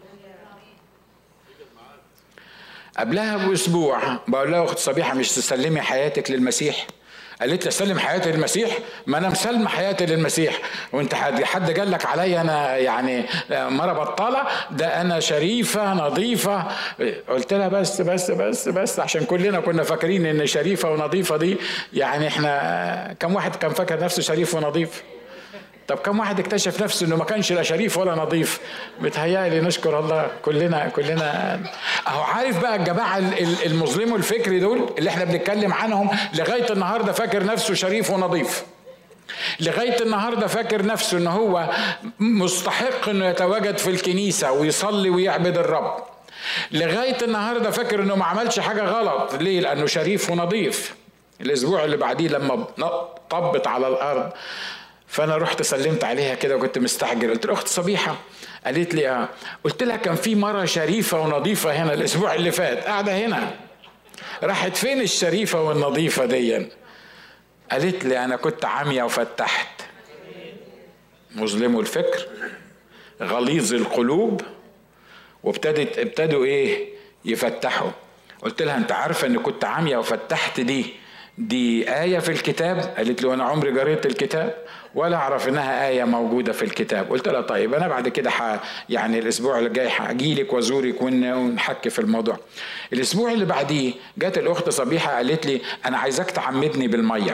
قبلها بأسبوع بقول لها أخت صبيحة مش تسلمي حياتك للمسيح؟ قالت لي أسلم حياتي للمسيح؟ ما أنا مسلم حياتي للمسيح. وأنت حد قال لك عليا أنا يعني مرة بطالة؟ ده أنا شريفة نظيفة. قلت لها بس بس بس بس عشان كلنا كنا فاكرين إن شريفة ونظيفة دي يعني إحنا كم واحد كان فاكر نفسه شريف ونظيف؟ طب كم واحد اكتشف نفسه انه ما كانش لا شريف ولا نظيف؟ متهيألي نشكر الله كلنا كلنا اهو. عارف بقى الجماعه المظلموا الفكري دول اللي احنا بنتكلم عنهم لغايه النهارده فاكر نفسه شريف ونظيف، لغايه النهارده فاكر نفسه انه هو مستحق انه يتواجد في الكنيسه ويصلي ويعبد الرب، لغايه النهارده فاكر انه ما عملش حاجه غلط. ليه؟ لانه شريف ونظيف. الاسبوع اللي بعديه لما طبت على الارض فانا رحت سلمت عليها كده وكنت مستعجل. قلت له اخت صبيحه. قالت لي اه. قلت لها كان في مره شريفه ونظيفه هنا الاسبوع اللي فات قاعده هنا، راحت فين الشريفه والنظيفه دي؟ قالت لي انا كنت عاميه وفتحت. مظلموا الفكر، غليظ القلوب، وابتدت ابتدوا ايه يفتحوا. قلت لها انت عارفه ان كنت عاميه وفتحت دي دي آية في الكتاب؟ قالت له أنا عمري قريت الكتاب ولا أعرف إنها آية موجودة في الكتاب. قلت لها طيب أنا بعد كده ح... يعني الأسبوع اللي جاي هأجيلك وأزورك ونحكي في الموضوع. الأسبوع اللي بعديه جات الأخت صبيحة قالت لي أنا عايزاك تعمدني بالمية.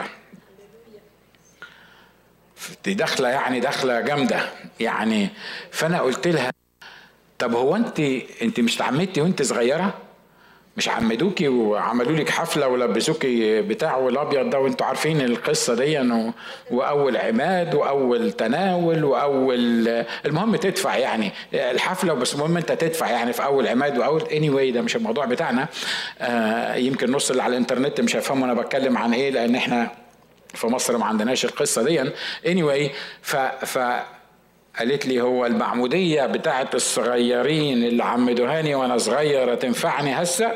دي داخلة يعني داخلة جامدة يعني. فأنا قلت لها طب هو أنت أنت مش تعمدتي وأنت صغيرة؟ مش عمدوكي وعملوا لك حفله ولبسوكي بتاع الابيض ده وانتوا عارفين القصه دي انه واول عماد واول تناول واول المهم تدفع يعني الحفله، وبس المهم انت تدفع يعني في اول عماد واول اني anyway ده مش الموضوع بتاعنا. آه يمكن نص اللي على الانترنت مش هيفهموا انا بتكلم عن ايه لان احنا في مصر ما عندناش القصه دي اني anyway. ف ف قالت لي هو المعمودية بتاعت الصغيرين اللي عمدوهاني وانا صغيرة تنفعني هسه؟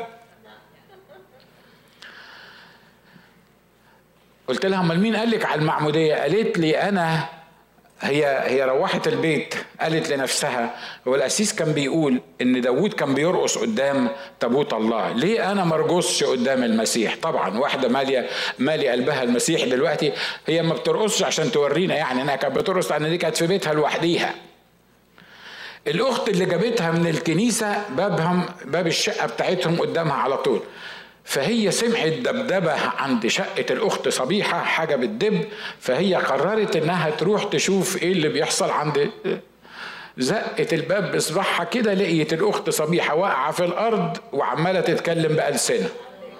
قلت لها امال مين قال لك على المعمودية؟ قالت لي انا هي هي روحت البيت قالت لنفسها هو القسيس كان بيقول ان داوود كان بيرقص قدام تابوت الله، ليه انا ما ارقصش قدام المسيح؟ طبعا واحده ماليه مالي قلبها المسيح دلوقتي، هي ما بترقصش عشان تورينا يعني انها كانت بترقص لان دي كانت في بيتها لوحديها. الاخت اللي جابتها من الكنيسه بابهم باب الشقه بتاعتهم قدامها على طول، فهي سمعت دبدبة عند شقة الأخت صبيحة حاجة بتدب، فهي قررت إنها تروح تشوف إيه اللي بيحصل. عند زقت الباب بصباحها كده لقيت الأخت صبيحة واقعة في الأرض وعمالة تتكلم بألسنة.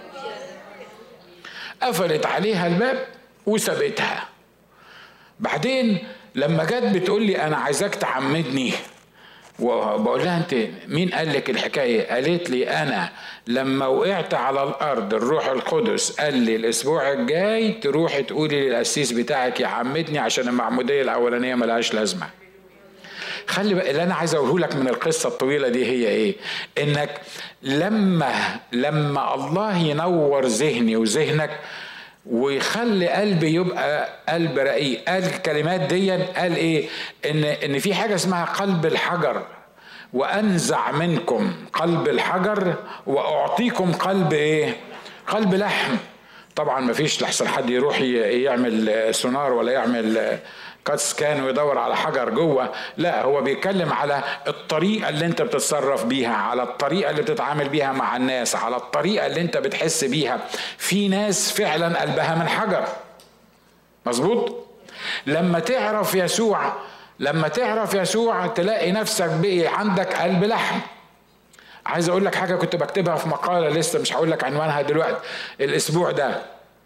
قفلت عليها الباب وسابتها. بعدين لما جت بتقول لي أنا عايزاك تعمدني، وبقول لها انت مين قال لك الحكايه؟ قالت لي انا لما وقعت على الارض الروح القدس قال لي الاسبوع الجاي تروحي تقولي للقسيس بتاعك يعمدني عشان المعموديه الاولانيه ملهاش لازمه. خلي بقى اللي انا عايز اقوله لك من القصه الطويله دي هي ايه؟ انك لما لما الله ينور ذهني وذهنك ويخلي قلبي يبقى قلب رقيق. قال الكلمات دي، قال ايه؟ ان ان في حاجه اسمها قلب الحجر، وانزع منكم قلب الحجر واعطيكم قلب ايه؟ قلب لحم. طبعا ما فيش لحسن حد يروح يعمل سونار ولا يعمل كات سكان ويدور على حجر جوه، لا، هو بيتكلم على الطريقه اللي انت بتتصرف بيها، على الطريقه اللي بتتعامل بيها مع الناس، على الطريقه اللي انت بتحس بيها. في ناس فعلا قلبها من حجر، مظبوط؟ لما تعرف يسوع لما تعرف يسوع تلاقي نفسك بقي عندك قلب لحم. عايز اقول لك حاجه كنت بكتبها في مقاله لسه مش هقول لك عنوانها دلوقتي الاسبوع ده.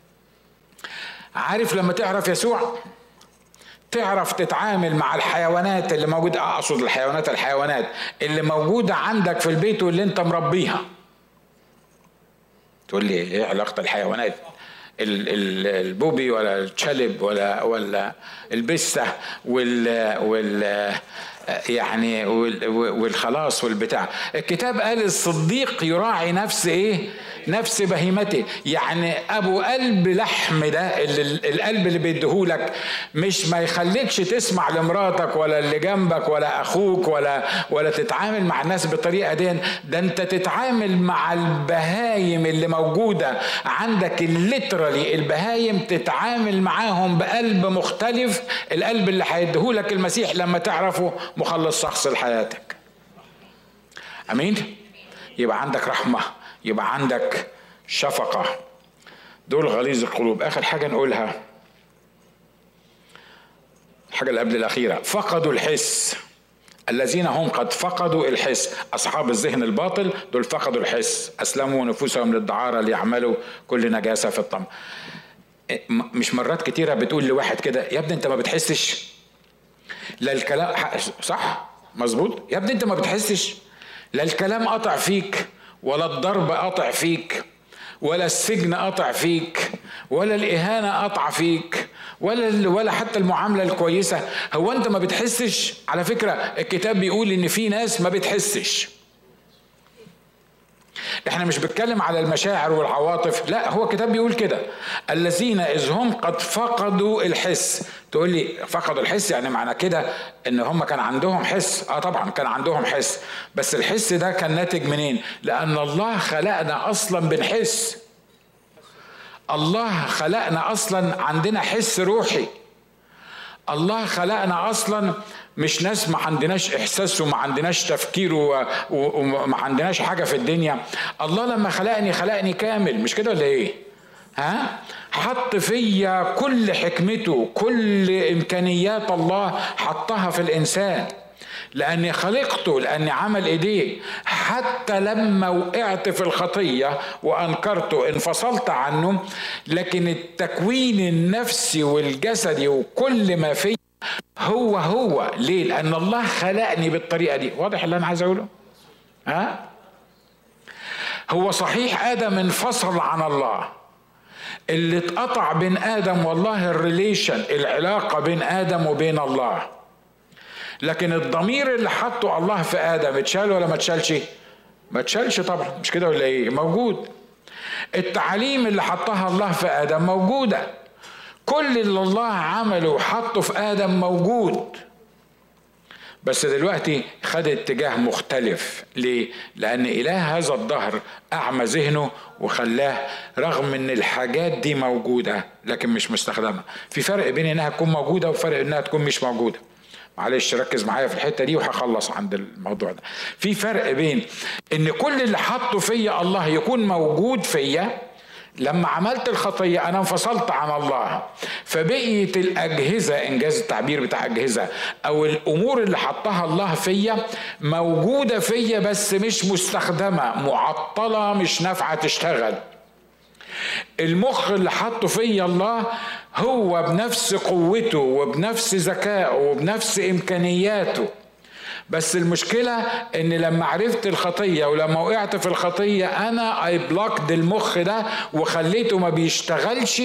عارف لما تعرف يسوع تعرف تتعامل مع الحيوانات اللي موجوده، اقصد الحيوانات الحيوانات اللي موجوده عندك في البيت واللي انت مربيها. تقول لي ايه علاقه الحيوانات؟ البوبي ولا الشلب ولا ولا البسه وال وال يعني والخلاص والبتاع. الكتاب قال الصديق يراعي نفس ايه؟ نفس بهيمته. يعني ابو قلب لحم ده، اللي القلب اللي بيديهولك مش ما يخليكش تسمع لمراتك ولا اللي جنبك ولا اخوك ولا ولا تتعامل مع الناس بالطريقه دي. ده انت تتعامل مع البهايم اللي موجوده عندك، الليترالي البهايم تتعامل معاهم بقلب مختلف، القلب اللي هيديهولك المسيح لما تعرفه مخلص شخص لحياتك. امين؟ يبقى عندك رحمه، يبقى عندك شفقه. دول غليظ القلوب. اخر حاجه نقولها، الحاجه اللي قبل الاخيره، فقدوا الحس. الذين هم قد فقدوا الحس، اصحاب الذهن الباطل دول فقدوا الحس، اسلموا نفوسهم للدعاره ليعملوا كل نجاسه في الطمع. مش مرات كتيره بتقول لواحد كده يا ابني انت ما بتحسش؟ لا الكلام صح مظبوط، يا ابني انت ما بتحسش؟ لا الكلام قطع فيك، ولا الضرب قطع فيك، ولا السجن قطع فيك، ولا الإهانة قطع فيك، ولا ولا حتى المعاملة الكويسة. هو انت ما بتحسش؟ على فكرة الكتاب بيقول ان في ناس ما بتحسش. احنا مش بنتكلم على المشاعر والعواطف، لا، هو الكتاب بيقول كده الذين اذ هم قد فقدوا الحس. تقول لي فقدوا الحس يعني معنى كده ان هم كان عندهم حس؟ اه طبعا كان عندهم حس، بس الحس ده كان ناتج منين؟ لان الله خلقنا اصلا بنحس. الله خلقنا اصلا عندنا حس روحي. الله خلقنا اصلا مش ناس ما عندناش احساس وما عندناش تفكير وما عندناش حاجه في الدنيا. الله لما خلقني خلقني كامل، مش كده ولا ايه؟ ها؟ حط فيا كل حكمته، كل امكانيات الله حطها في الانسان، لاني خلقته، لاني عمل ايديه. حتى لما وقعت في الخطيه وانكرته انفصلت عنه، لكن التكوين النفسي والجسدي وكل ما فيه هو هو. ليه؟ لان الله خلقني بالطريقه دي. واضح اللي انا عايز اقوله؟ ها؟ هو صحيح ادم انفصل عن الله، اللي اتقطع بين ادم والله الريليشن، العلاقه بين ادم وبين الله، لكن الضمير اللي حطه الله في ادم اتشال ولا ما اتشالش؟ ما اتشالش طبعا، مش كده ولا ايه؟ موجود. التعاليم اللي حطها الله في ادم موجوده. كل اللي الله عمله وحطه في آدم موجود، بس دلوقتي خد اتجاه مختلف. ليه؟ لأن إله هذا الدهر أعمى ذهنه وخلاه رغم أن الحاجات دي موجودة لكن مش مستخدمة. في فرق بين أنها تكون موجودة وفرق أنها تكون مش موجودة. معلش ركز معايا في الحتة دي وهخلص عند الموضوع ده. في فرق بين أن كل اللي حطه فيا الله يكون موجود فيا. لما عملت الخطية أنا انفصلت عن الله، فبقيت الأجهزة، إنجاز التعبير بتاع أجهزة، أو الأمور اللي حطها الله فيا موجودة فيا بس مش مستخدمة، معطلة، مش نافعة تشتغل. المخ اللي حطه فيا الله هو بنفس قوته وبنفس ذكائه وبنفس إمكانياته، بس المشكلة ان لما عرفت الخطية ولما وقعت في الخطية انا اي بلوكد المخ ده وخليته ما بيشتغلش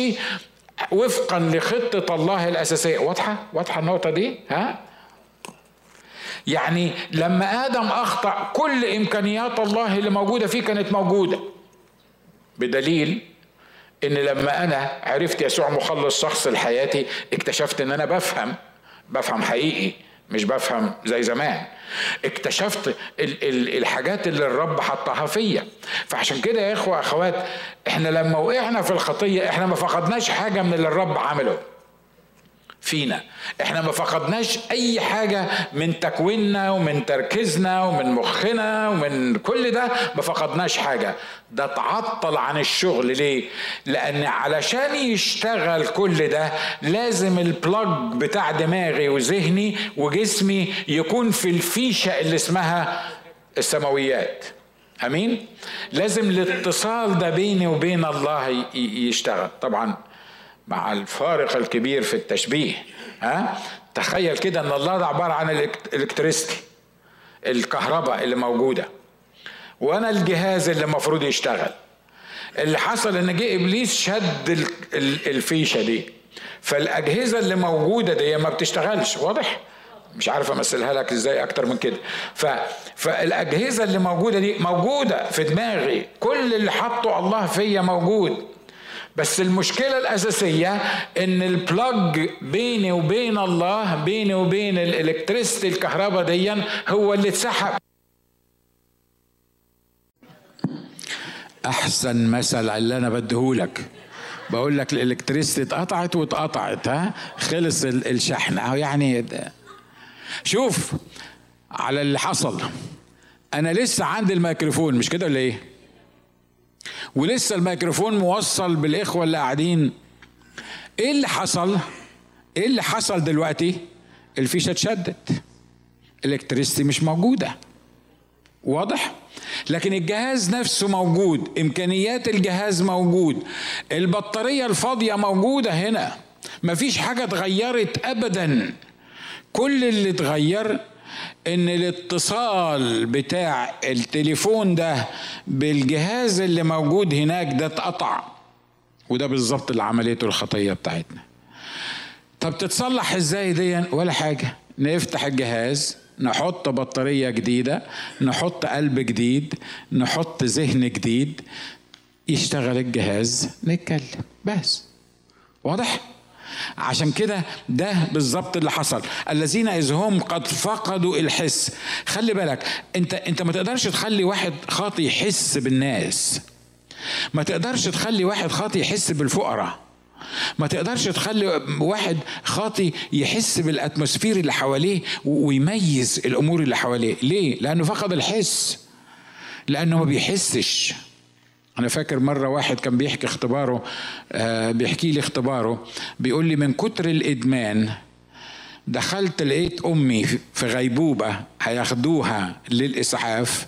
وفقا لخطة الله الاساسية. واضحة؟ واضحة النقطة دي؟ ها؟ يعني لما آدم أخطأ كل إمكانيات الله اللي موجودة فيه كانت موجودة، بدليل إن لما أنا عرفت يسوع مخلص شخص لحياتي اكتشفت إن أنا بفهم بفهم حقيقي، مش بفهم زي زمان. اكتشفت ال ال الحاجات اللي الرب حطها فيا. فعشان كده يا اخوة اخوات، احنا لما وقعنا في الخطية احنا ما فقدناش حاجة من اللي الرب عمله فينا، احنا ما فقدناش اي حاجة من تكويننا ومن تركيزنا ومن مخنا ومن كل ده، ما فقدناش حاجة. ده تعطل عن الشغل. ليه؟ لان علشان يشتغل كل ده لازم البلاج بتاع دماغي وذهني وجسمي يكون في الفيشة اللي اسمها السماويات. امين؟ لازم الاتصال ده بيني وبين الله يشتغل. طبعا مع الفارق الكبير في التشبيه، ها؟ تخيل كده ان الله ده عبارة عن الالكتريستي، الكهرباء اللي موجودة، وانا الجهاز اللي المفروض يشتغل. اللي حصل ان جه ابليس شد الفيشة دي، فالاجهزة اللي موجودة دي ما بتشتغلش. واضح؟ مش عارف امثلها لك ازاي اكتر من كده. ف... فالاجهزة اللي موجودة دي موجودة في دماغي، كل اللي حطه الله فيا موجود، بس المشكلة الأساسية إن البلاج بيني وبين الله، بيني وبين الإلكتريستي الكهرباء دي هو اللي اتسحب. أحسن مثل اللي أنا بديهولك، بقول لك الإلكتريستي اتقطعت واتقطعت، ها خلص الشحن أهو. يعني شوف على اللي حصل، أنا لسه عندي الميكروفون، مش كده ولا إيه؟ ولسه الميكروفون موصل بالإخوة اللي قاعدين. ايه اللي حصل؟ ايه اللي حصل دلوقتي؟ الفيشة اتشدت، الكتريستي مش موجودة. واضح؟ لكن الجهاز نفسه موجود، امكانيات الجهاز موجود، البطارية الفاضية موجودة هنا، مفيش حاجة اتغيرت ابدا. كل اللي اتغير ان الاتصال بتاع التليفون ده بالجهاز اللي موجود هناك ده اتقطع، وده بالظبط اللي عملته الخطية بتاعتنا. طب تتصلح ازاي دي؟ ولا حاجة، نفتح الجهاز، نحط بطارية جديدة، نحط قلب جديد، نحط ذهن جديد، يشتغل الجهاز، نتكلم بس. واضح؟ عشان كده ده بالظبط اللي حصل. الذين إذ هم قد فقدوا الحس. خلي بالك، انت انت ما تقدرش تخلي واحد خاطي يحس بالناس، ما تقدرش تخلي واحد خاطي يحس بالفقراء، ما تقدرش تخلي واحد خاطي يحس بالاتموسفير اللي حواليه ويميز الامور اللي حواليه. ليه؟ لانه فقد الحس، لانه ما بيحسش. أنا فاكر مرة واحد كان بيحكي اختباره، آه بيحكي لي اختباره، بيقول لي من كتر الإدمان دخلت لقيت أمي في غيبوبة هياخدوها للإسعاف،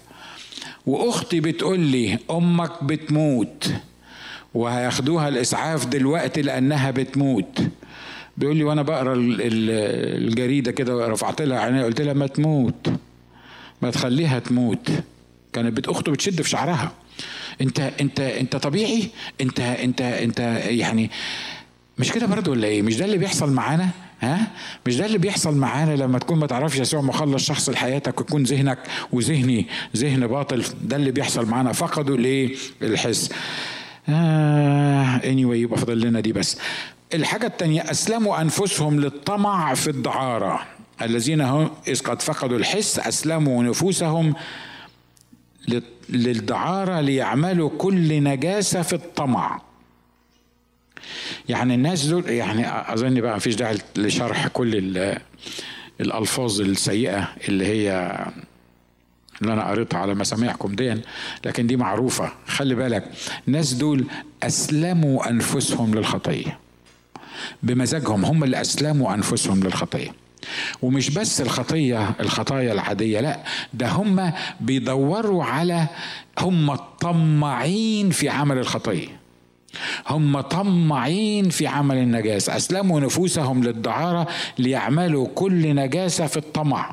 وأختي بتقول لي أمك بتموت وهياخدوها الإسعاف دلوقتي لأنها بتموت. بيقول لي وأنا بقرأ الجريدة كده رفعت لها عيني قلت لها ما تموت، ما تخليها تموت. كانت بت أخته بتشد في شعرها. انت انت انت طبيعي؟ انت انت انت يعني مش كده برضه ولا ايه؟ مش ده اللي بيحصل معانا؟ ها؟ مش ده اللي بيحصل معانا لما تكون ما تعرفش يسوع مخلص شخص لحياتك ويكون ذهنك وذهني ذهن باطل؟ ده اللي بيحصل معانا. فقدوا الايه؟ الحس. آه anyway يبقى فضل لنا دي بس. الحاجة التانية، أسلموا أنفسهم للطمع في الدعارة. الذين هم إذ قد فقدوا الحس أسلموا نفوسهم للدعارة ليعملوا كل نجاسة في الطمع. يعني الناس دول، يعني أظن بقى مفيش داعي لشرح كل الألفاظ السيئة اللي هي اللي أنا قريتها على مسامعكم دي، لكن دي معروفة. خلي بالك، الناس دول أسلموا أنفسهم للخطية بمزاجهم، هم اللي أسلموا أنفسهم للخطية. ومش بس الخطية الخطايا العادية، لا، ده هم بيدوروا على، هم طماعين في عمل الخطية، هم طماعين في عمل النجاسة. أسلموا نفوسهم للدعارة ليعملوا كل نجاسة في الطمع.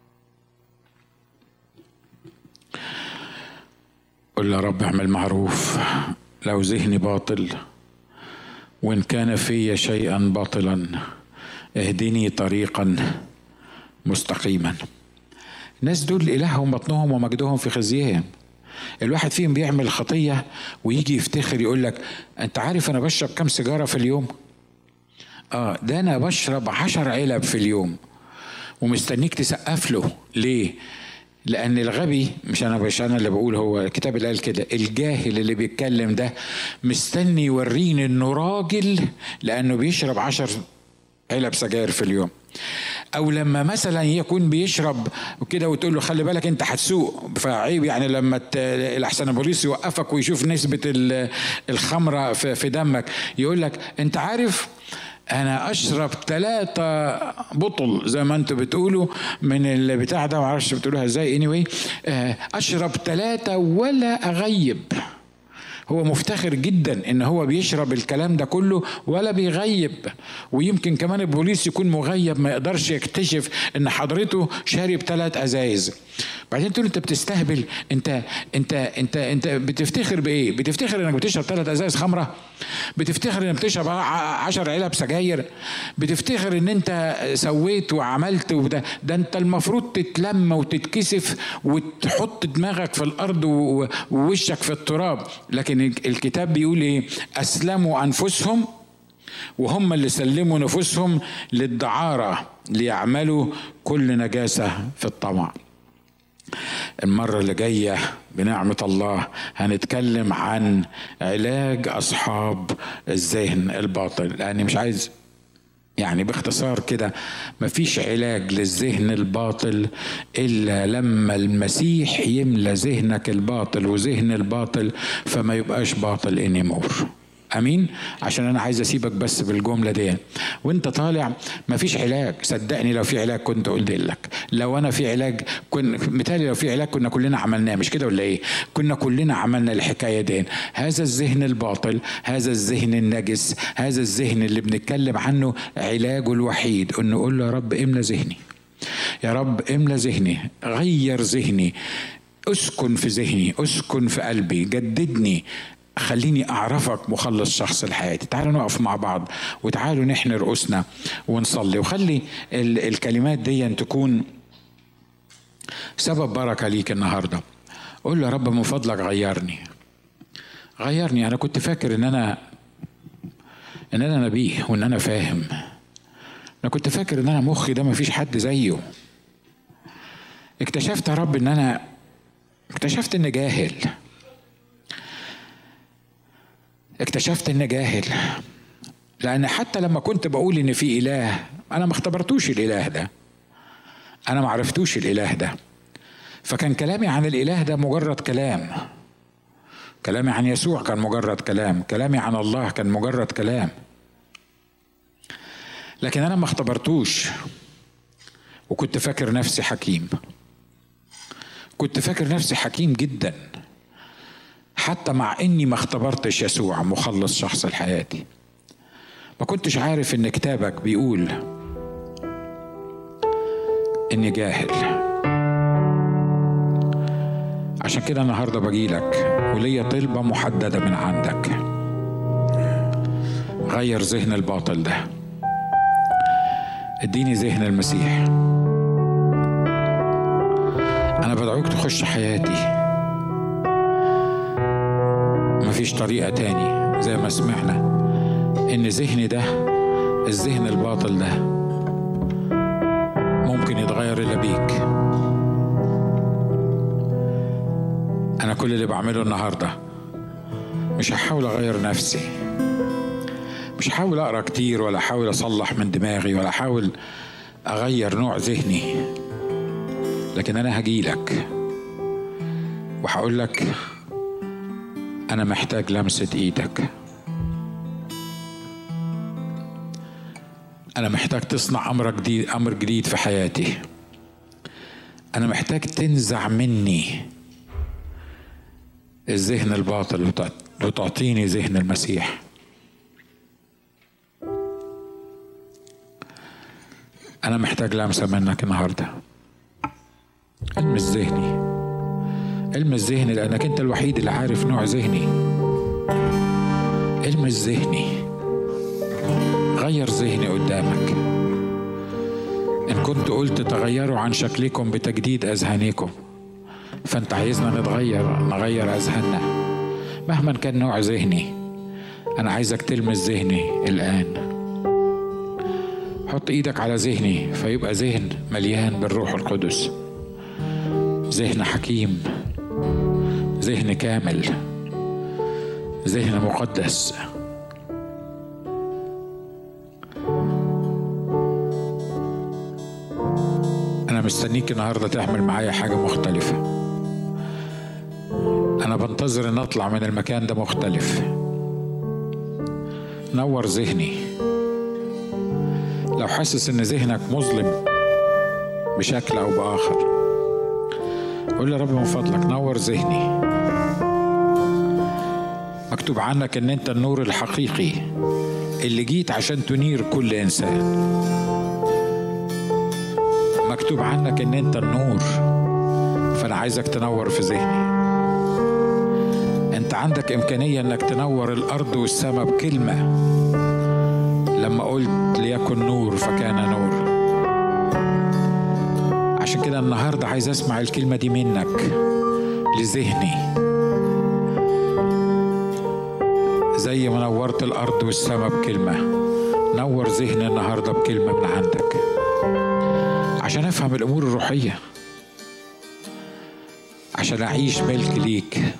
قل يا رب اعمل معروف، لو ذهني باطل وإن كان في شيئا باطلا اهدني طريقا مستقيما. الناس دول إلههم بطنهم ومجدهم في خزيهم. الواحد فيهم بيعمل خطية ويجي يفتخر يقول لك أنت عارف أنا بشرب كم سيجارة في اليوم؟ آه ده أنا بشرب عشر علب في اليوم. ومستنيك تسقف له. ليه؟ لأن الغبي، مش أنا مش أنا اللي بقول، هو الكتاب اللي قال كده، الجاهل اللي بيتكلم ده مستني يوريني إنه راجل لأنه بيشرب عشر علب سجاير في اليوم. او لما مثلا يكون بيشرب وكده وتقول له خلي بالك انت هتسوق، فعيب يعني لما الاحسن البوليس يوقفك ويشوف نسبة الخمرة في دمك، يقول لك انت عارف انا اشرب ثلاثة بطل زي ما انتوا بتقولوا من البتاع ده، معرفش بتقولوها ازاي، anyway اشرب ثلاثة ولا اغيب. هو مفتخر جدا ان هو بيشرب الكلام ده كله ولا بيغيب. ويمكن كمان البوليس يكون مغيب ما يقدرش يكتشف ان حضرته شارب ثلاث ازايز. بعدين تقول انت بتستهبل، انت انت انت انت بتفتخر بايه؟ بتفتخر انك بتشرب ثلاث ازايز خمره؟ بتفتخر انك بتشرب عشر علب سجاير؟ بتفتخر ان انت سويت وعملت وده؟ ده انت المفروض تتلم وتتكسف وتحط دماغك في الارض ووشك في التراب. لكن الكتاب بيقول ايه؟ اسلموا انفسهم، وهم اللي سلموا نفوسهم للدعارة ليعملوا كل نجاسة في الطمع. المرة اللي جاية بنعمة الله هنتكلم عن علاج أصحاب الذهن الباطل، لأني مش عايز يعني باختصار كده، مفيش علاج للذهن الباطل إلا لما المسيح يملى ذهنك الباطل وذهن الباطل فما يبقاش باطل انيمور. امين. عشان انا عايز اسيبك بس بالجمله دي، وانت طالع مفيش علاج. صدقني لو في علاج كنت قلت لك، لو انا في علاج كن مثالي، لو في علاج كنا كلنا عملناه، مش كده ولا ايه؟ كنا كلنا عملنا الحكايه دي. هذا الذهن الباطل، هذا الذهن النجس، هذا الذهن اللي بنتكلم عنه، علاجه الوحيد انه نقول له يا رب املى ذهني، يا رب املى ذهني، غير ذهني، اسكن في ذهني، اسكن في قلبي، جددني، خليني أعرفك مخلص شخص لحياتي. تعالوا نقف مع بعض وتعالوا نحن رؤوسنا ونصلي، وخلي الكلمات دي تكون سبب بركة ليك النهاردة. قول له يا رب من فضلك غيرني، غيرني. أنا كنت فاكر إن أنا إن أنا نبيه وإن أنا فاهم. أنا كنت فاكر إن أنا مخي ده مفيش حد زيه. اكتشفت يا رب إن أنا اكتشفت إن جاهل، اكتشفت ان جاهل. لان حتى لما كنت بقول ان في اله، انا ما اختبرتوش الاله ده، انا ما عرفتوش الاله ده. فكان كلامي عن الاله ده مجرد كلام، كلامي عن يسوع كان مجرد كلام، كلامي عن الله كان مجرد كلام. لكن انا ما اختبرتوش، وكنت فاكر نفسي حكيم، كنت فاكر نفسي حكيم جدا، حتى مع اني ما اختبرتش يسوع مخلص شخص لحياتي. ما كنتش عارف ان كتابك بيقول اني جاهل. عشان كده النهارده بجيلك وليا طلبة محددة من عندك، غير ذهن الباطل ده، اديني ذهن المسيح. انا بدعوك تخش حياتي، مفيش طريقة تاني. زي ما سمعنا ان ذهني ده، الذهن الباطل ده ممكن يتغير الا بيك. انا كل اللي بعمله النهاردة مش هحاول اغير نفسي، مش هحاول اقرأ كتير ولا احاول اصلح من دماغي ولا احاول اغير نوع ذهني، لكن انا هجيلك وهقول لك أنا محتاج لمسة إيدك، أنا محتاج تصنع أمر جديد، أمر جديد في حياتي. أنا محتاج تنزع مني الذهن الباطل وتعطيني ذهن المسيح. أنا محتاج لمسة منك النهاردة. المس ذهني، المس ذهني، لأنك أنت الوحيد اللي عارف نوع ذهني. المس ذهني، غير ذهني قدامك. إن كنت قلت تغيروا عن شكلكم بتجديد أذهانكم، فأنت عايزنا نتغير، نغير أذهاننا مهما كان نوع ذهني. أنا عايزك تلمس ذهني الآن. حط إيدك على ذهني فيبقى ذهن مليان بالروح القدس، ذهن حكيم، ذهن كامل، ذهن مقدس. أنا مستنيك النهاردة تعمل معايا حاجة مختلفة. أنا بنتظر أن أطلع من المكان ده مختلف. نور ذهني. لو حاسس أن ذهنك مظلم بشكل أو بآخر، قول يا رب من فضلك نور ذهني. مكتوب عنك أن أنت النور الحقيقي اللي جيت عشان تنير كل إنسان. مكتوب عنك ان انت النور، فانا عايزك تنور في ذهني. انت عندك امكانية انك تنور الارض والسماء بكلمة. لما قلت ليكن نور فكان نور. عشان كده النهاردة عايز اسمع الكلمة دي منك لذهني، زي ما نورت الارض والسماء بكلمة. نور ذهني النهاردة بكلمة من عندك عشان افهم الامور الروحية، عشان اعيش ملك ليك.